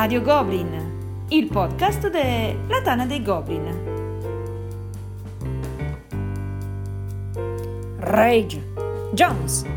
Radio Goblin, il podcast della Tana dei Goblin. Rage Jones.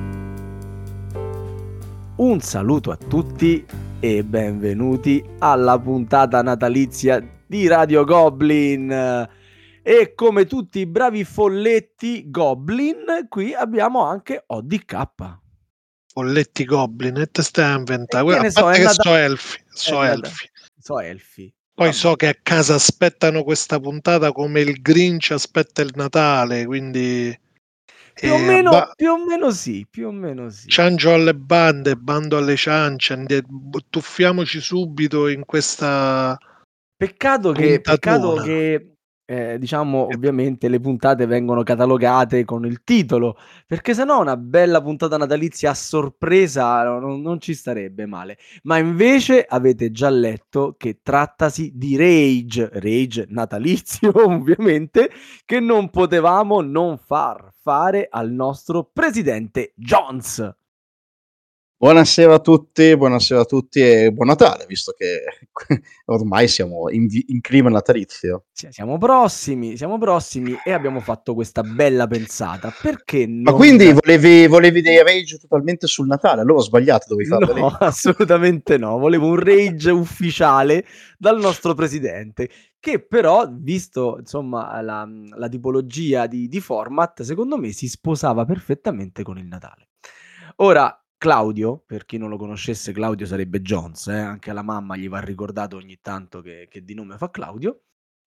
Un saluto a tutti e benvenuti alla puntata natalizia di Radio Goblin. E come tutti i bravi folletti Goblin, qui abbiamo anche ODK. Folletti Goblin, e te stai a inventare? Che ne A so, parte è che nata- so elfi, so è nata- elfi. So elfi. Poi Vabbè. so che a casa aspettano questa puntata come il Grinch aspetta il Natale, quindi Più o meno sì. ciancio alle bande, bando alle ciance, tuffiamoci subito in questa Peccato puntatona. che diciamo, ovviamente le puntate vengono catalogate con il titolo, perché sennò una bella puntata natalizia a sorpresa non ci starebbe male. Ma invece avete già letto che trattasi di Rage natalizio, ovviamente, che non potevamo non far fare al nostro presidente Jones. Buonasera a tutti e buon Natale, visto che ormai siamo in clima natalizio. Siamo prossimi e abbiamo fatto questa bella pensata. Perché non... Ma quindi volevi dei rage totalmente sul Natale? Allora ho sbagliato, dovevi farle lì. No, assolutamente no. Volevo un rage ufficiale dal nostro presidente, che però, visto insomma la tipologia di format, secondo me si sposava perfettamente con il Natale. Ora, Claudio, per chi non lo conoscesse, Claudio sarebbe Jones, anche alla mamma gli va ricordato ogni tanto che di nome fa Claudio.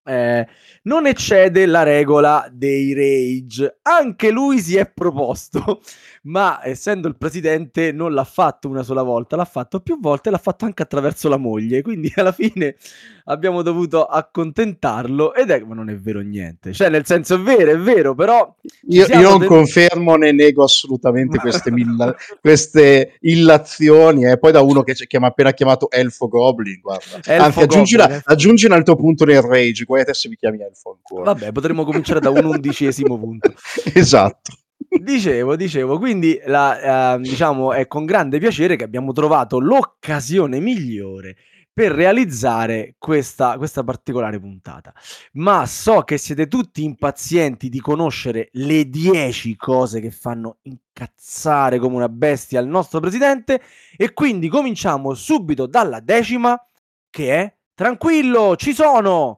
Non eccede la regola dei rage. Anche lui si è proposto, ma essendo il presidente non l'ha fatto una sola volta, l'ha fatto più volte e l'ha fatto anche attraverso la moglie, quindi alla fine abbiamo dovuto accontentarlo ma non è vero niente, cioè nel senso è vero, però Io non confermo né nego assolutamente queste illazioni, poi da uno che ci ha appena chiamato Elfo Goblin, guarda. Anzi, aggiungi un altro punto nel rage, guarda se mi chiami Elfo ancora. Vabbè, potremmo cominciare da un 11° punto. Esatto. Dicevo, quindi diciamo è con grande piacere che abbiamo trovato l'occasione migliore per realizzare questa particolare puntata. Ma so che siete tutti impazienti di conoscere le 10 cose che fanno incazzare come una bestia il nostro presidente, e quindi cominciamo subito dalla 10ª, che è tranquillo, ci sono!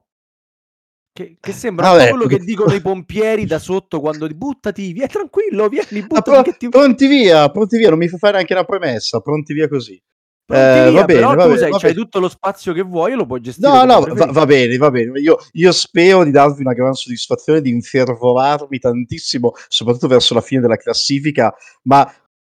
Che sembra un po' quello che dicono i pompieri da sotto quando buttati via, tranquillo, vieni, buttati. Pronti via, non mi fa fare neanche una premessa, pronti via così. Pronti via, va bene, però tu c'hai tutto lo spazio che vuoi e lo puoi gestire. Va bene. Io spero di darvi una gran soddisfazione, di infervorarmi tantissimo, soprattutto verso la fine della classifica, ma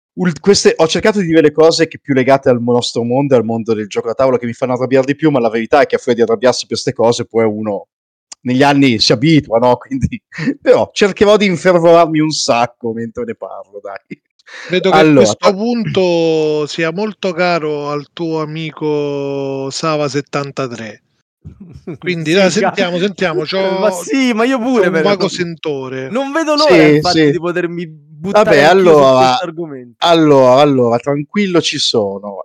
ho cercato di dire le cose che più legate al nostro mondo e al mondo del gioco da tavolo che mi fanno arrabbiare di più, ma la verità è che a furia di arrabbiarsi per queste cose poi uno negli anni si abitua, no? Quindi, però cercherò di infervorarmi un sacco mentre ne parlo, dai. Vedo che questo punto sia molto caro al tuo amico Sava73. Quindi sì, sentiamo. Ma sì, ma io pure un vago sentore. Non vedo l'ora infatti di potermi buttare su questo argomento. Allora, tranquillo ci sono.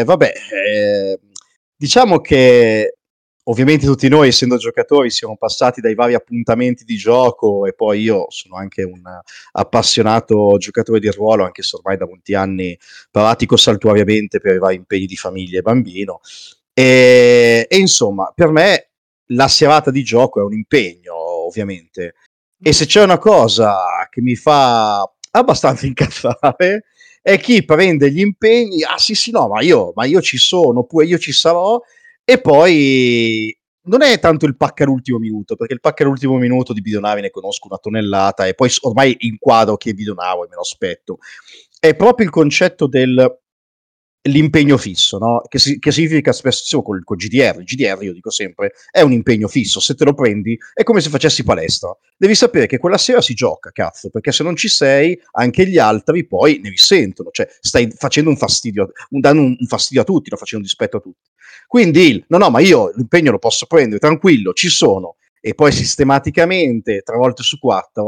Diciamo che ovviamente tutti noi, essendo giocatori, siamo passati dai vari appuntamenti di gioco, e poi io sono anche un appassionato giocatore di ruolo, anche se ormai da molti anni pratico saltuariamente per i vari impegni di famiglia e bambino. E insomma, per me la serata di gioco è un impegno, ovviamente. E se c'è una cosa che mi fa abbastanza incazzare è chi prende gli impegni, no, ma io ci sono, oppure io ci sarò, e poi non è tanto il pack all'ultimo minuto, perché il pack all'ultimo minuto di bidonari ne conosco una tonnellata, e poi ormai inquadro che è bidonaro e me lo aspetto. È proprio il concetto l'impegno fisso, no? Che significa spesso col GDR. Il GDR, io dico sempre, è un impegno fisso. Se te lo prendi è come se facessi palestra. Devi sapere che quella sera si gioca, cazzo, perché se non ci sei anche gli altri poi ne risentono, cioè stai facendo un fastidio, dando un fastidio a tutti, non facendo un dispetto a tutti. Quindi no, ma io l'impegno lo posso prendere, tranquillo, ci sono. E poi sistematicamente, 3 volte su 4,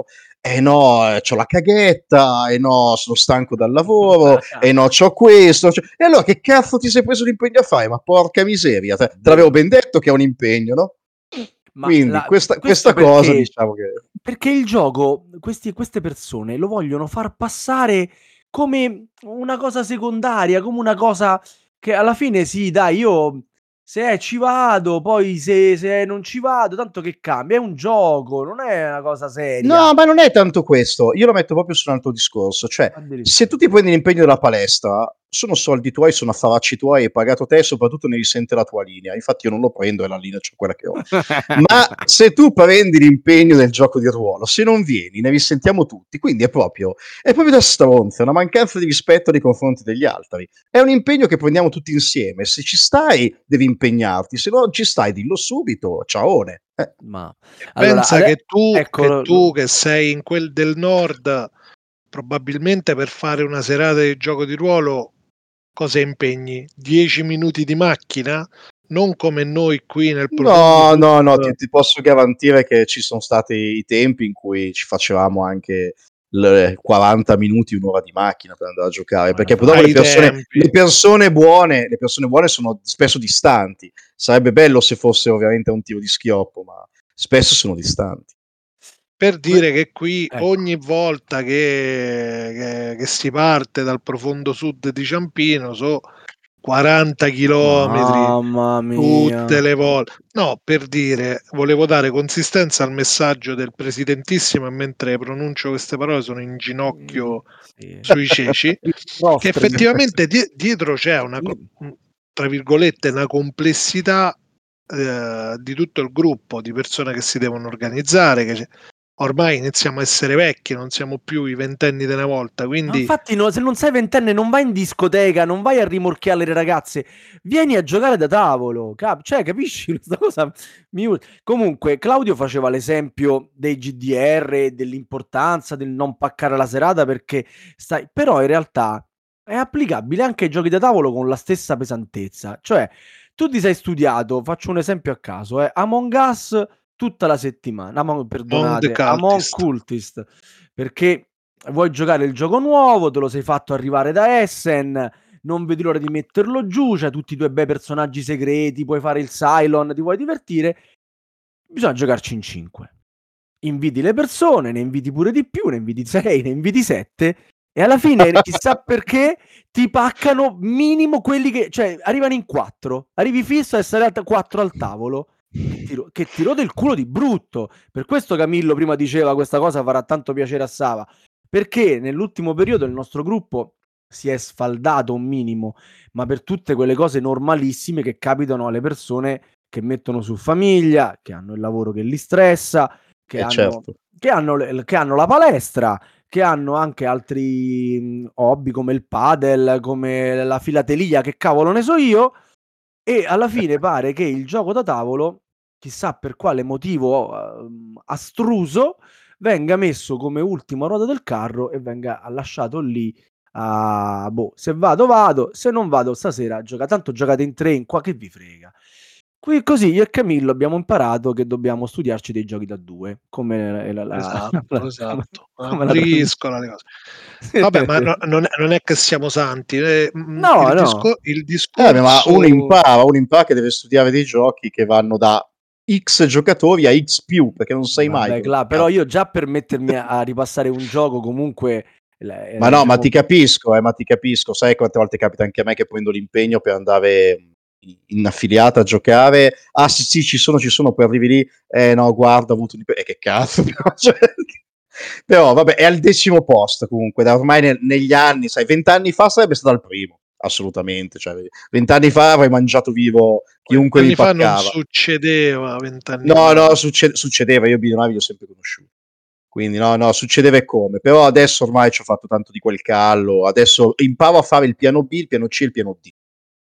no, c'ho la caghetta, no, sono stanco dal lavoro, no, c'ho questo. E allora che cazzo ti sei preso l'impegno a fare? Ma porca miseria, te l'avevo ben detto che è un impegno, no? Ma Quindi questa questo cosa perché? diciamo che... Perché il gioco, queste persone lo vogliono far passare come una cosa secondaria, come una cosa che alla fine sì, dai, io se ci vado, poi se non ci vado, tanto che cambia, è un gioco, non è una cosa seria. No, ma non è tanto questo. Io lo metto proprio su un altro discorso. Cioè, se Addirittura. tu ti prendi l'impegno della palestra, sono soldi tuoi, sono affaracci tuoi, hai pagato te e soprattutto ne risente la tua linea. Infatti io non lo prendo e la linea c'è quella che ho. Ma se tu prendi l'impegno del gioco di ruolo, se non vieni, ne risentiamo tutti. Quindi è proprio da stronzo, è una mancanza di rispetto nei confronti degli altri. È un impegno che prendiamo tutti insieme. Se ci stai, devi impegnarti. Se non ci stai, dillo subito. Ciaone. Ma allora, Pensa che ecco, tu che sei in quel del nord, probabilmente per fare una serata di gioco di ruolo, cosa impegni? 10 minuti di macchina? Non come noi qui nel profondo No, sud. ti posso garantire che ci sono stati i tempi in cui ci facevamo anche 40 minuti, un'ora di macchina per andare a giocare, perché purtroppo Ai tempi. le persone buone sono spesso distanti. Sarebbe bello se fosse ovviamente un tiro di schioppo, ma spesso sono distanti. Per dire che qui ecco. ogni volta che si parte dal profondo sud di Ciampino so 40 chilometri Mamma mia. tutte le volte. No, per dire, volevo dare consistenza al messaggio del presidentissimo e mentre pronuncio queste parole sono in ginocchio Sì. sui ceci, che Rostri. effettivamente dietro c'è una, tra virgolette, una complessità di tutto il gruppo di persone che si devono organizzare, che ormai iniziamo a essere vecchi, non siamo più i ventenni della volta, No, quindi infatti se non sei ventenne non vai in discoteca, non vai a rimorchiare le ragazze, vieni a giocare da tavolo, cioè capisci questa cosa? Comunque Claudio faceva l'esempio dei GDR e dell'importanza del non paccare la serata perché stai, però in realtà è applicabile anche ai giochi da tavolo con la stessa pesantezza, cioè tu ti sei studiato, faccio un esempio a caso, Among Us tutta la settimana, Among the Among Cultist. Cultist, perché vuoi giocare il gioco nuovo, te lo sei fatto arrivare da Essen, non vedi l'ora di metterlo giù, c'hai tutti i tuoi bei personaggi segreti, puoi fare il Cylon, ti vuoi divertire, bisogna giocarci in 5. Inviti le persone, ne inviti pure di più, ne inviti 6, ne inviti 7 e alla fine chissà perché ti paccano minimo quelli che, cioè arrivano in 4, arrivi fisso a essere 4 al tavolo. Che ti rode il culo di brutto. Per questo Camillo prima diceva questa cosa farà tanto piacere a Sava, perché nell'ultimo periodo il nostro gruppo si è sfaldato un minimo, ma per tutte quelle cose normalissime che capitano alle persone che mettono su famiglia, che hanno il lavoro che li stressa, che hanno la palestra, che hanno anche altri hobby come il padel, come la filatelia, che cavolo ne so io, e alla fine pare che il gioco da tavolo, chissà per quale motivo astruso, venga messo come ultima ruota del carro e venga lasciato lì a se vado, se non vado stasera tanto giocate in 3 in qua, che vi frega. Qui così io e Camillo abbiamo imparato che dobbiamo studiarci dei giochi da 2, come Esatto. come la Briscola le cose. Vabbè, ma non è che siamo santi. No. Il Ma uno discorso impara che deve studiare dei giochi che vanno da X giocatori a X più, perché non sai mai. Vabbè, però io già per mettermi a ripassare un gioco comunque ma no, ma ti capisco, sai quante volte capita anche a me che prendo l'impegno per andare in affiliata a giocare, sì, ci sono, poi arrivi lì, no, guarda, ho avuto un impegno, che cazzo, però vabbè, è al 10° posto comunque, da ormai negli anni, sai, 20 anni fa sarebbe stato al primo, assolutamente, cioè 20 anni fa avrei mangiato vivo chiunque mi 20 anni fa non paccava. succedeva, 20 anni No, fa. succedeva, io Bidonavi li ho sempre conosciuti. Quindi no, succedeva e come. Però adesso ormai ci ho fatto tanto di quel callo, adesso imparo a fare il piano B, il piano C e il piano D.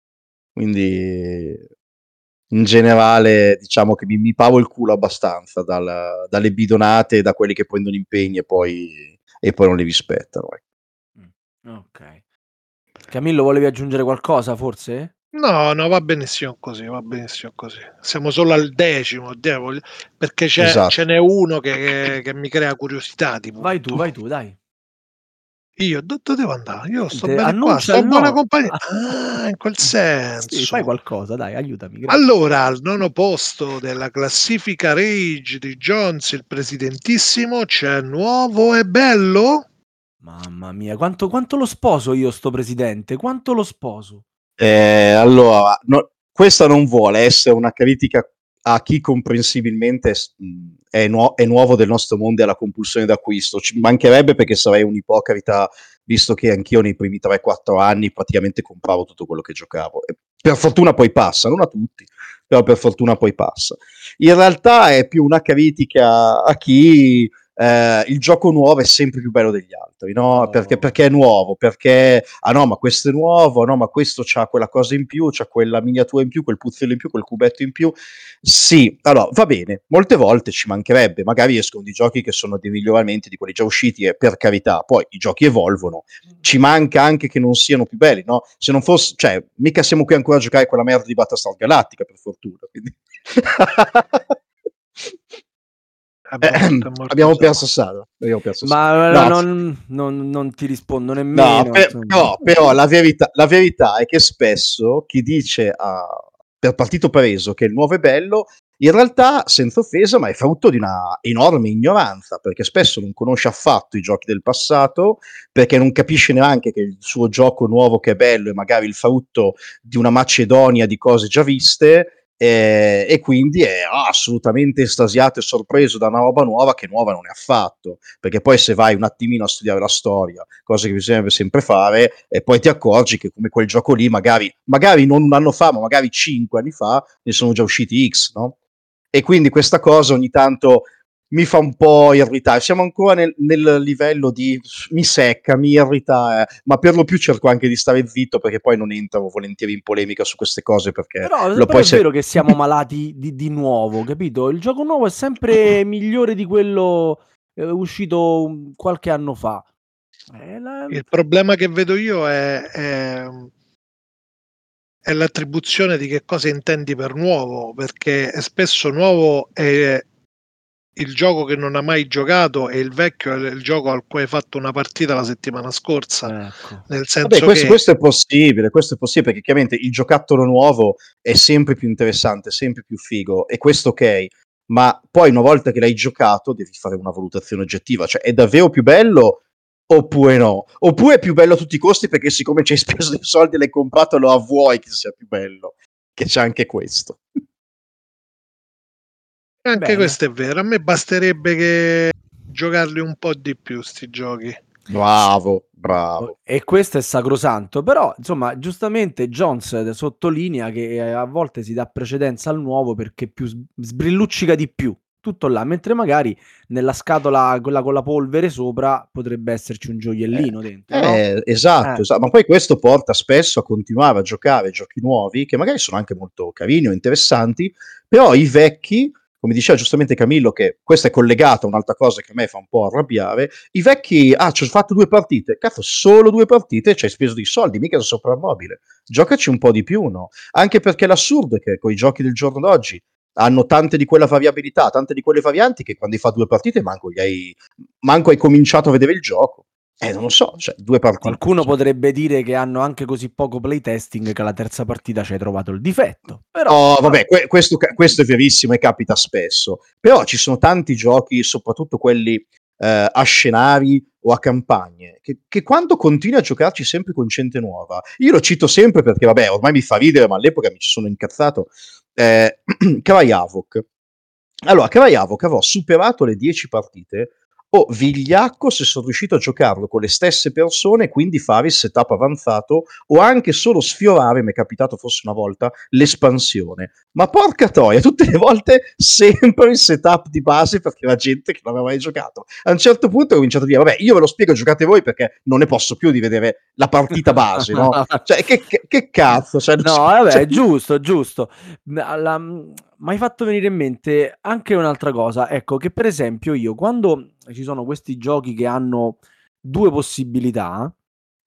Quindi in generale diciamo che mi pavo il culo abbastanza dalle bidonate e da quelli che prendono impegni e poi non li rispettano. Ok. Camillo, volevi aggiungere qualcosa forse? No, va benissimo così, va benissimo così. Siamo solo al 10º, perché ce Esatto. n'è uno che mi crea curiosità di Vai tu, punto. dai. Io dove devo andare? Io sto Niente, bene qua, annuncia sto il in buona no. compagnia. Ah, in quel Sì, fai senso. qualcosa, dai, aiutami, grazie. Allora, al 9° posto della classifica Rage di Jones, il presidentissimo, c'è Nuovo e Bello. Mamma mia, quanto lo sposo io sto presidente, quanto lo sposo. Allora, questa non vuole essere una critica a chi comprensibilmente è nuovo del nostro mondo e ha la compulsione d'acquisto. Ci mancherebbe, perché sarei un ipocrita, visto che anch'io nei primi 3-4 anni praticamente compravo tutto quello che giocavo. E per fortuna poi passa, non a tutti, però per fortuna poi passa. In realtà è più una critica a chi il gioco nuovo è sempre più bello degli altri, no? Perché è nuovo, perché no, ma questo è nuovo, no, ma questo c'ha quella cosa in più, c'ha quella miniatura in più, quel puzzello in più, quel cubetto in più. Sì, allora va bene, molte volte ci mancherebbe, magari escono dei giochi che sono dei miglioramenti di quelli già usciti, e per carità, poi i giochi evolvono, ci manca anche che non siano più belli, no? Se non fosse, cioè, mica siamo qui ancora a giocare quella merda di Battlestar Galactica, per fortuna, quindi... Abbiamo perso Sara. Ma No, non ti rispondo nemmeno. però la verità è che spesso chi dice per partito preso che il nuovo è bello, in realtà, senza offesa, ma è frutto di una enorme ignoranza, perché spesso non conosce affatto i giochi del passato, perché non capisce neanche che il suo gioco nuovo che è bello è magari il frutto di una macedonia di cose già viste, e quindi è assolutamente estasiato e sorpreso da una roba nuova, che nuova non è affatto, perché poi se vai un attimino a studiare la storia, cosa che bisogna sempre fare, e poi ti accorgi che come quel gioco lì magari non un anno fa, ma magari 5 anni fa ne sono già usciti X, no? E quindi questa cosa ogni tanto mi fa un po' irritare. Siamo ancora nel livello di mi secca, mi irrita, ma per lo più cerco anche di stare zitto, perché poi non entro volentieri in polemica su queste cose, perché Però è vero che siamo malati di nuovo, capito? Il gioco nuovo è sempre migliore di quello uscito qualche anno fa. Il problema che vedo io è l'attribuzione di che cosa intendi per nuovo, perché spesso nuovo è il gioco che non ha mai giocato e il vecchio è il gioco al quale hai fatto una partita la settimana scorsa. Ecco. Nel senso Vabbè, questo è possibile, perché chiaramente il giocattolo nuovo è sempre più interessante, sempre più figo, e questo ok, ma poi una volta che l'hai giocato devi fare una valutazione oggettiva, cioè è davvero più bello oppure no? Oppure è più bello a tutti i costi perché siccome ci hai speso dei soldi e l'hai comprato lo vuoi che sia più bello, che c'è anche questo. anche Bene. questo è vero. A me basterebbe che giocarli un po' di più sti giochi. Bravo. E questo è sacrosanto, però insomma giustamente Jones sottolinea che a volte si dà precedenza al nuovo perché più sbrilluccica di più, tutto là, mentre magari nella scatola quella con la polvere sopra potrebbe esserci un gioiellino dentro, no? Esatto, ma poi questo porta spesso a continuare a giocare giochi nuovi che magari sono anche molto carini o interessanti, però i vecchi, come diceva giustamente Camillo, che questo è collegato a un'altra cosa che a me fa un po' arrabbiare, i vecchi, ci ho fatto 2 partite, cazzo, solo 2 partite e ci hai speso dei soldi, mica da soprammobile, giocaci un po' di più, no? Anche perché l'assurdo è che con i giochi del giorno d'oggi hanno tante di quella variabilità, tante di quelle varianti, che quando hai fatto 2 partite manco hai cominciato a vedere il gioco. Non lo so, cioè 2 partite. Qualcuno potrebbe dire che hanno anche così poco playtesting che alla terza partita ci hai trovato il difetto. Però, vabbè, questo è verissimo e capita spesso. Però ci sono tanti giochi, soprattutto quelli a scenari o a campagne, che quando continui a giocarci sempre con gente nuova, io lo cito sempre perché, vabbè, ormai mi fa ridere, ma all'epoca mi ci sono incazzato. Cry Havoc. Allora, Cry Havoc avrò superato le 10 partite vigliacco se sono riuscito a giocarlo con le stesse persone, quindi fare il setup avanzato o anche solo sfiorare, mi è capitato forse una volta, l'espansione. Ma porca troia, tutte le volte sempre il setup di base perché la gente che non aveva mai giocato. A un certo punto ho cominciato a dire, vabbè, io ve lo spiego, giocate voi perché non ne posso più di vedere la partita base, no? Cioè, che cazzo? Cioè, no, vabbè, giusto. Mi hai fatto venire in mente anche un'altra cosa, ecco, che per esempio io quando ci sono questi giochi che hanno 2 possibilità,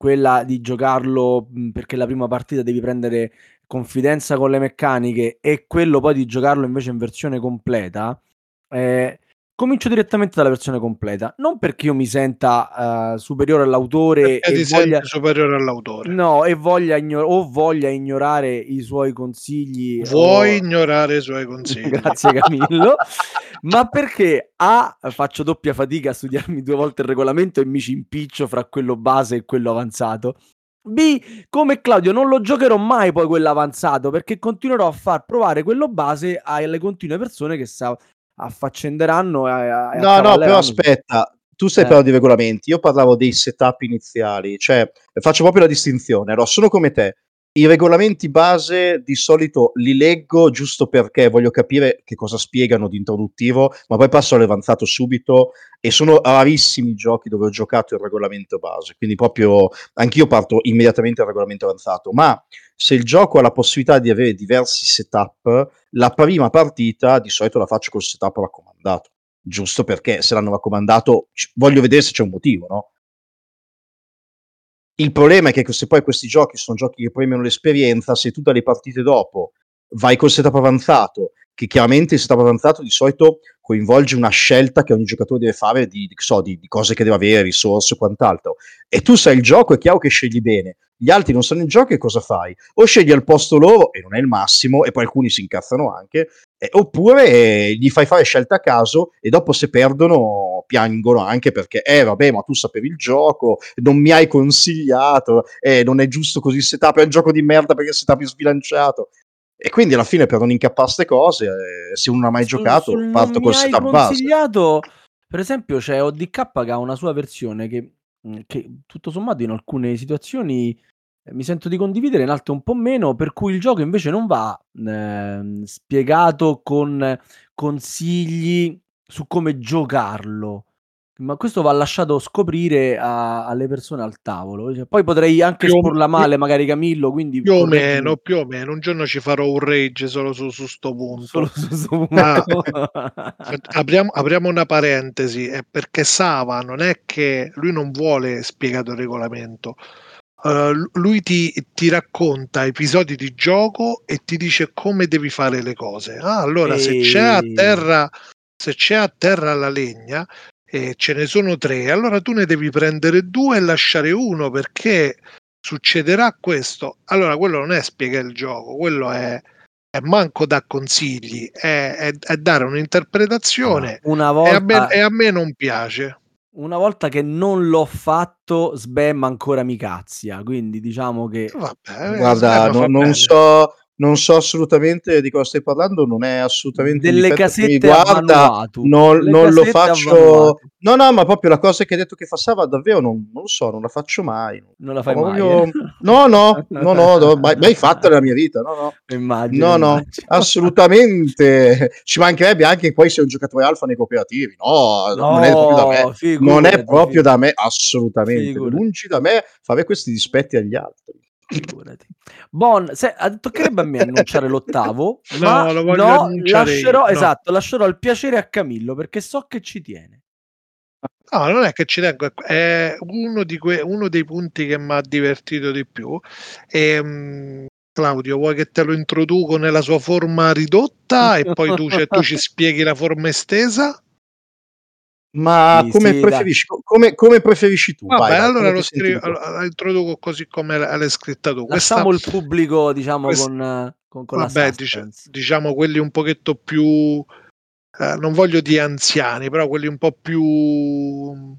quella di giocarlo perché la prima partita devi prendere confidenza con le meccaniche, e quello poi di giocarlo invece in versione completa, comincio direttamente dalla versione completa. Non perché io mi senta superiore all'autore Perché e ti voglia... senti superiore all'autore. No, e voglia ignorare i suoi consigli Vuoi o... ignorare i suoi consigli. Grazie Camillo. Ma perché A, faccio doppia fatica a studiarmi 2 volte il regolamento e mi ci impiccio fra quello base e quello avanzato. B, come Claudio non lo giocherò mai poi quello avanzato, perché continuerò a far provare quello base alle continue persone che affaccenderanno e No, però accavalleranno. aspetta, tu stai parlando di regolamenti, io parlavo dei setup iniziali, cioè faccio proprio la distinzione. Allora, sono come te, i regolamenti base di solito li leggo giusto perché voglio capire che cosa spiegano di introduttivo, ma poi passo all'avanzato subito, e sono rarissimi i giochi dove ho giocato il regolamento base, quindi proprio anch'io parto immediatamente al regolamento avanzato. Ma se il gioco ha la possibilità di avere diversi setup, la prima partita di solito la faccio col setup raccomandato, giusto perché se l'hanno raccomandato voglio vedere se c'è un motivo, no? Il problema è che se poi questi giochi sono giochi che premiano l'esperienza, se tu dalle partite dopo vai col setup avanzato, che chiaramente il setup avanzato di solito coinvolge una scelta che ogni giocatore deve fare di cose che deve avere, risorse e quant'altro, e tu sai il gioco, è chiaro che scegli bene, gli altri non sanno il gioco e cosa fai? O scegli al posto loro, e non è il massimo, e poi alcuni si incazzano anche, oppure gli fai fare scelta a caso e dopo se perdono piangono anche perché vabbè, ma tu sapevi il gioco, non mi hai consigliato, non è giusto così il setup, è un gioco di merda perché il setup è sbilanciato. E quindi alla fine per non incappare ste cose, se uno non ha mai giocato, sul non parto mi col hai setup base. consigliato, per esempio c'è ODK che ha una sua versione che tutto sommato in alcune situazioni mi sento di condividere, in altre un po' meno, per cui il gioco invece non va spiegato con consigli su come giocarlo, ma questo va lasciato scoprire alle persone al tavolo. Cioè, poi potrei anche Più o esporla male magari Camillo, quindi più o correggimi. meno, un giorno ci farò un rage solo su sto Solo punto. su 'sto punto. Ma apriamo una parentesi, è perché Sava non è che lui non vuole spiegato il regolamento. Lui ti racconta episodi di gioco e ti dice come devi fare le cose. Allora se c'è a terra la legna e ce ne sono 3, allora tu ne devi prendere 2 e lasciare uno perché succederà questo. Allora quello non è spiegare il gioco, quello è manco da consigli, è dare un'interpretazione, Una e volta a me non piace. una volta che non l'ho fatto, Sbam ancora mi cazzia, quindi diciamo che Vabbè, Guarda, fa bene. non so assolutamente di cosa stai parlando, non è assolutamente un delle difetto che mi casette a riguarda, Vanuatu, le non lo casette a faccio. Vanuatu. No, no, ma proprio la cosa che hai detto che fa Sava, davvero non lo so, non la faccio mai. Non la No, fai ma mai, proprio, no, mai fatta nella mia vita, no. Immagino, No, no, immagino. assolutamente. Ci mancherebbe anche poi sei un giocatore alfa nei cooperativi. No, non è proprio da me. No, Non è proprio figurati, da me, assolutamente. figurati, Lungi da me fare questi dispetti agli altri. figurati. Bon, toccherebbe a me annunciare l'8º, ma No, lo voglio no, annunciare io. No. lascerò il piacere a Camillo, perché so che ci tiene. No, non è che ci tengo, è uno dei punti che mi ha divertito di più. Claudio, vuoi che te lo introduco nella sua forma ridotta e poi tu ci spieghi la forma estesa? Ma Sì, come sì, dai. preferisci, come preferisci tu? Vabbè, Vai, allora come ti senti di più? la introduco così come l'hai scritta tu. Lasciamo il pubblico, diciamo, Quest- con la vabbè, suspense. diciamo quelli un pochetto più, non voglio dire anziani, però quelli un po' più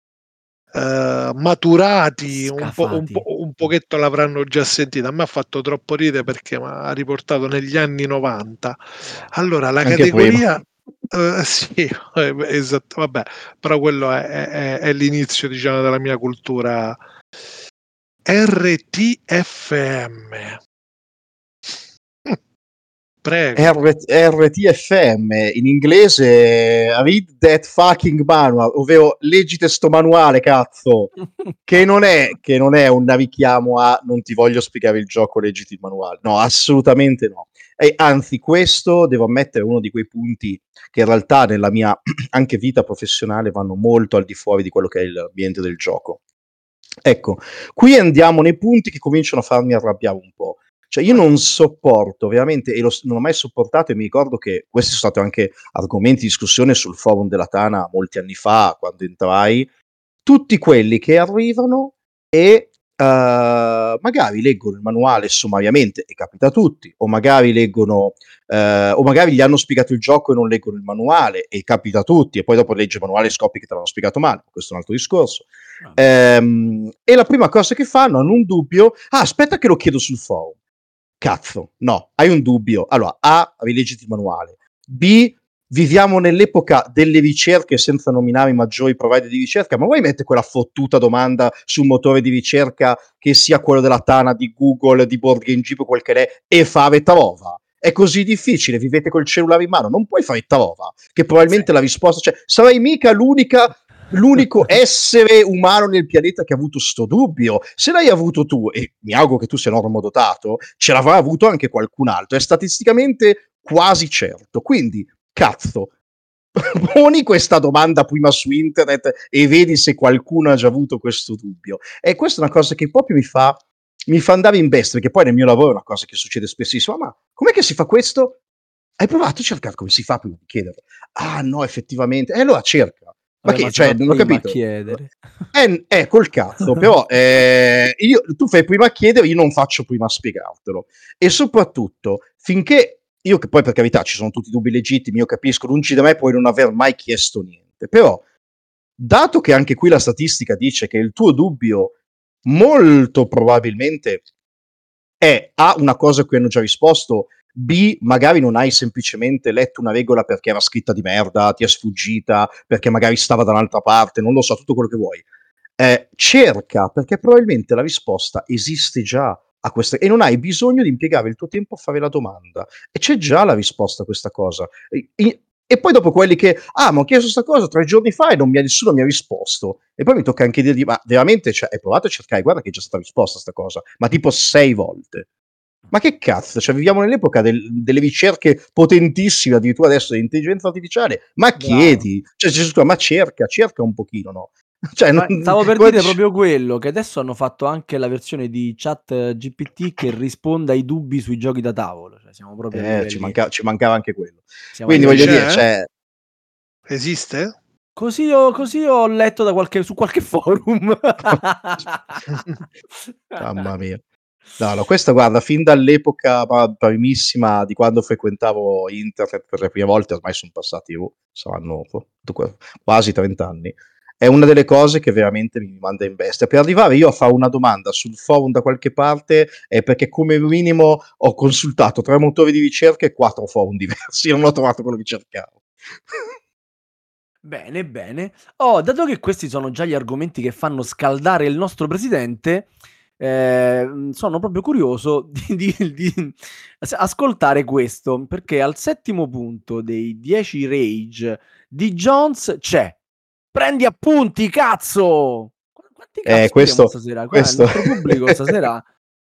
maturati, Scafati. un pochetto l'avranno già sentita. A me ha fatto troppo ridere perché mi ha riportato negli anni 90. Allora, la Anche prima. categoria, sì, esatto, vabbè, però quello è l'inizio, diciamo, della mia cultura. RTFM. Prego. RTFM, in inglese Read That Fucking Manual, ovvero leggite sto manuale, cazzo, che non è un richiamo a non ti voglio spiegare il gioco, leggiti il manuale. No, assolutamente no. E anzi, questo devo ammettere è uno di quei punti che in realtà nella mia anche vita professionale vanno molto al di fuori di quello che è l'ambiente del gioco. Ecco, qui andiamo nei punti che cominciano a farmi arrabbiare un po'. Cioè io non sopporto veramente, e non ho mai sopportato, e mi ricordo che questi sono stati anche argomenti di discussione sul forum della Tana molti anni fa, quando entrai, tutti quelli che arrivano e magari leggono il manuale sommariamente, e capita a tutti, o magari leggono, o magari gli hanno spiegato il gioco e non leggono il manuale, e capita a tutti, e poi dopo leggi il manuale e scopri che te l'hanno spiegato male, questo è un altro discorso. E la prima cosa che fanno, hanno un dubbio, aspetta che lo chiedo sul forum. Cazzo, no, hai un dubbio. Allora, A, rileggiti il manuale. B, viviamo nell'epoca delle ricerche senza nominare i maggiori provider di ricerca, ma vuoi mettere quella fottuta domanda su un motore di ricerca che sia quello della Tana, di Google, di Board Game Geek o quel che è, e fare trova? È così difficile, vivete col cellulare in mano, non puoi fare trova, che probabilmente la risposta, cioè, sarai mica l'unico essere umano nel pianeta che ha avuto sto dubbio. Se l'hai avuto tu, e mi auguro che tu sia normodotato, ce l'avrà avuto anche qualcun altro, è statisticamente quasi certo. Quindi, cazzo, poni questa domanda prima su internet e vedi se qualcuno ha già avuto questo dubbio. E questa è una cosa che proprio mi fa andare in bestia, perché poi nel mio lavoro è una cosa che succede spessissimo. Ma com'è che si fa questo? Hai provato a cercare come si fa prima di chiedere? Ah no, effettivamente. E allora cerca. Ma Vabbè, che, cioè, non ho capito. chiedere. Col cazzo, però tu fai prima a chiedere, io non faccio prima a spiegartelo. E soprattutto, finché io, che poi per carità ci sono tutti dubbi legittimi, io capisco, lungi da me puoi non aver mai chiesto niente, però dato che anche qui la statistica dice che il tuo dubbio molto probabilmente è A, una cosa a cui hanno già risposto, B, magari non hai semplicemente letto una regola perché era scritta di merda, ti è sfuggita, perché magari stava da un'altra parte, non lo so, tutto quello che vuoi. Cerca, perché probabilmente la risposta esiste già a questa, e non hai bisogno di impiegare il tuo tempo a fare la domanda, e c'è già la risposta a questa cosa. E poi dopo quelli che, ma ho chiesto questa cosa 3 giorni fa e nessuno mi ha risposto. E poi mi tocca anche dirgli, ma veramente, cioè, hai provato a cercare, guarda che è già stata risposta a sta cosa, ma tipo 6 volte. Ma che cazzo, cioè viviamo nell'epoca delle ricerche potentissime, addirittura adesso dell'intelligenza artificiale, ma chiedi, cioè, ma cerca un pochino, no? Cioè, Stavo per dire proprio quello, che adesso hanno fatto anche la versione di Chat GPT che risponde ai dubbi sui giochi da tavolo. Cioè, siamo proprio a livelli... ci mancava anche quello. Siamo Quindi voglio dire, C'è? Esiste? Così ho letto su qualche forum. Mamma mia. No, questa guarda, fin dall'epoca primissima di quando frequentavo internet per le prime volte, ormai sono passati, saranno quasi 30 anni, è una delle cose che veramente mi manda in bestia. Per arrivare io a fare una domanda sul forum da qualche parte è perché come minimo ho consultato 3 motori di ricerca e 4 forum diversi, non ho trovato quello che cercavo. Bene, bene. Dato che questi sono già gli argomenti che fanno scaldare il nostro presidente, sono proprio curioso di ascoltare questo, perché al 7° punto dei 10 rage di Jones c'è "Prendi appunti, cazzo!" Quanti cazzo questo- stasera? questo- Il nostro pubblico stasera...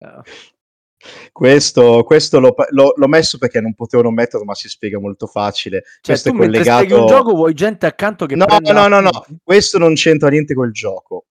Questo l'ho messo perché non potevo non metterlo, ma si spiega molto facile. Cioè, Questo tu è mentre collegato. spieghi un gioco vuoi gente accanto che No, prenda no, appunti? questo non c'entra niente col gioco.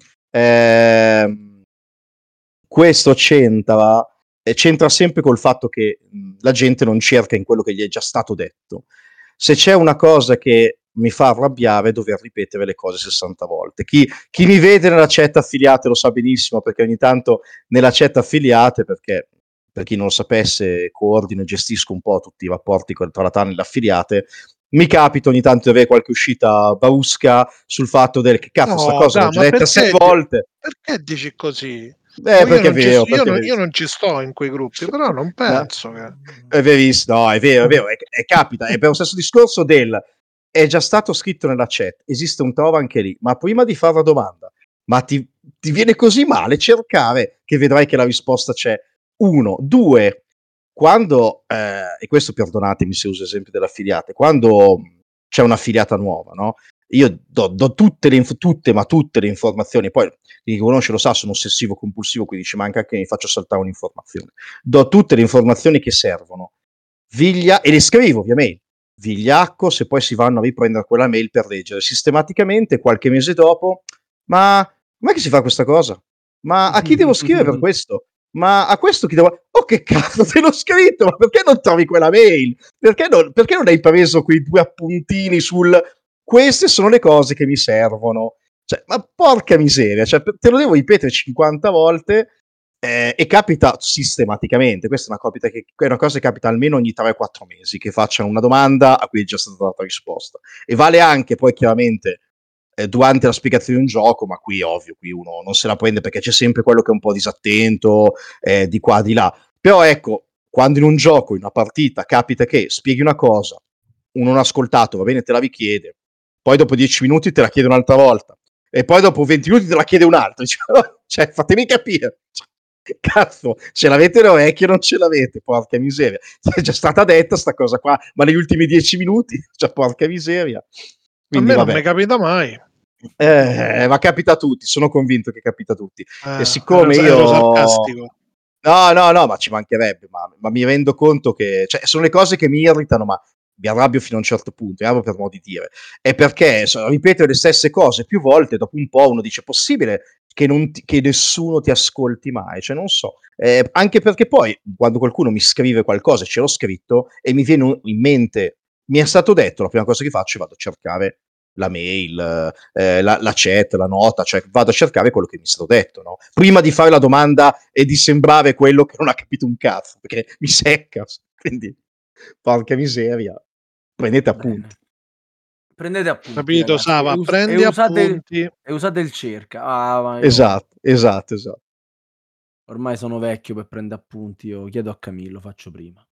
Questo c'entra sempre col fatto che la gente non cerca in quello che gli è già stato detto. Se c'è una cosa che mi fa arrabbiare è dover ripetere le cose 60 volte. Chi mi vede nella chat affiliate lo sa benissimo, perché ogni tanto nella chat affiliate, perché per chi non lo sapesse coordino e gestisco un po' tutti i rapporti tra la TAN e l'affiliate, mi capita ogni tanto di avere qualche uscita brusca sul fatto che cazzo, sta cosa l'ho già detta 6 volte. Perché dici così? Perché è vero, io non ci sto in quei gruppi, però non penso che... È verissimo, no, è vero, capita, è per lo stesso discorso è già stato scritto nella chat, esiste un trova anche lì, ma prima di fare la domanda, ma ti viene così male cercare che vedrai che la risposta c'è. 1, 2, quando, e questo perdonatemi se uso esempio dell'affiliate, quando c'è un'affiliata nuova, no? Io do tutte le informazioni, poi chi conosce lo sa, sono ossessivo compulsivo, quindi ci manca che mi faccio saltare un'informazione. Do tutte le informazioni che servono, e le scrivo ovviamente, vigliacco se poi si vanno a riprendere quella mail per leggere sistematicamente qualche mese dopo, ma Com'è che si fa questa cosa? Ma a chi devo scrivere per questo? Ma a questo chi devo... Oh, che cazzo te l'ho scritto? Ma perché non trovi quella mail? Perché non hai preso quei 2 appuntini sul... Queste sono le cose che mi servono. Cioè, ma porca miseria, cioè, te lo devo ripetere 50 volte e capita sistematicamente. Questa è una cosa che capita almeno ogni 3-4 mesi, che facciano una domanda a cui è già stata data risposta. E vale anche poi chiaramente durante la spiegazione di un gioco, ma qui ovvio, qui uno non se la prende perché c'è sempre quello che è un po' disattento, di qua, di là. Però ecco, quando in un gioco, in una partita, capita che spieghi una cosa, uno non ha ascoltato, va bene, te la richiede, poi dopo 10 minuti te la chiede un'altra volta, e poi dopo 20 minuti te la chiede un altro. Cioè, fatemi capire. Cazzo, ce l'avete le orecchie o non ce l'avete? Porca miseria. È già stata detta sta cosa qua, ma negli ultimi 10 minuti, cioè porca miseria. Quindi, a me vabbè. non mi capita mai. Ma capita a tutti, sono convinto che capita a tutti. E siccome ero sarcastico. No, ma ci mancherebbe, ma mi rendo conto che cioè, sono le cose che mi irritano, ma mi arrabbio fino a un certo punto, per modo di dire. È perché ripetere le stesse cose più volte, dopo un po' uno dice: è possibile che nessuno ti ascolti mai? Cioè, non so. Anche perché poi, quando qualcuno mi scrive qualcosa, ce l'ho scritto, e mi viene in mente, mi è stato detto, la prima cosa che faccio è vado a cercare la mail, la chat, la nota, cioè vado a cercare quello che mi è stato detto, no? Prima di fare la domanda e di sembrare quello che non ha capito un cazzo, perché mi secca, quindi porca miseria, prendete appunti. Bene. Prendete appunti, Capito, ragazzi, Sava? Prendi appunti. e usate il cerca. Ma io Esatto. ormai sono vecchio per prendere appunti, io chiedo a Camillo, faccio prima.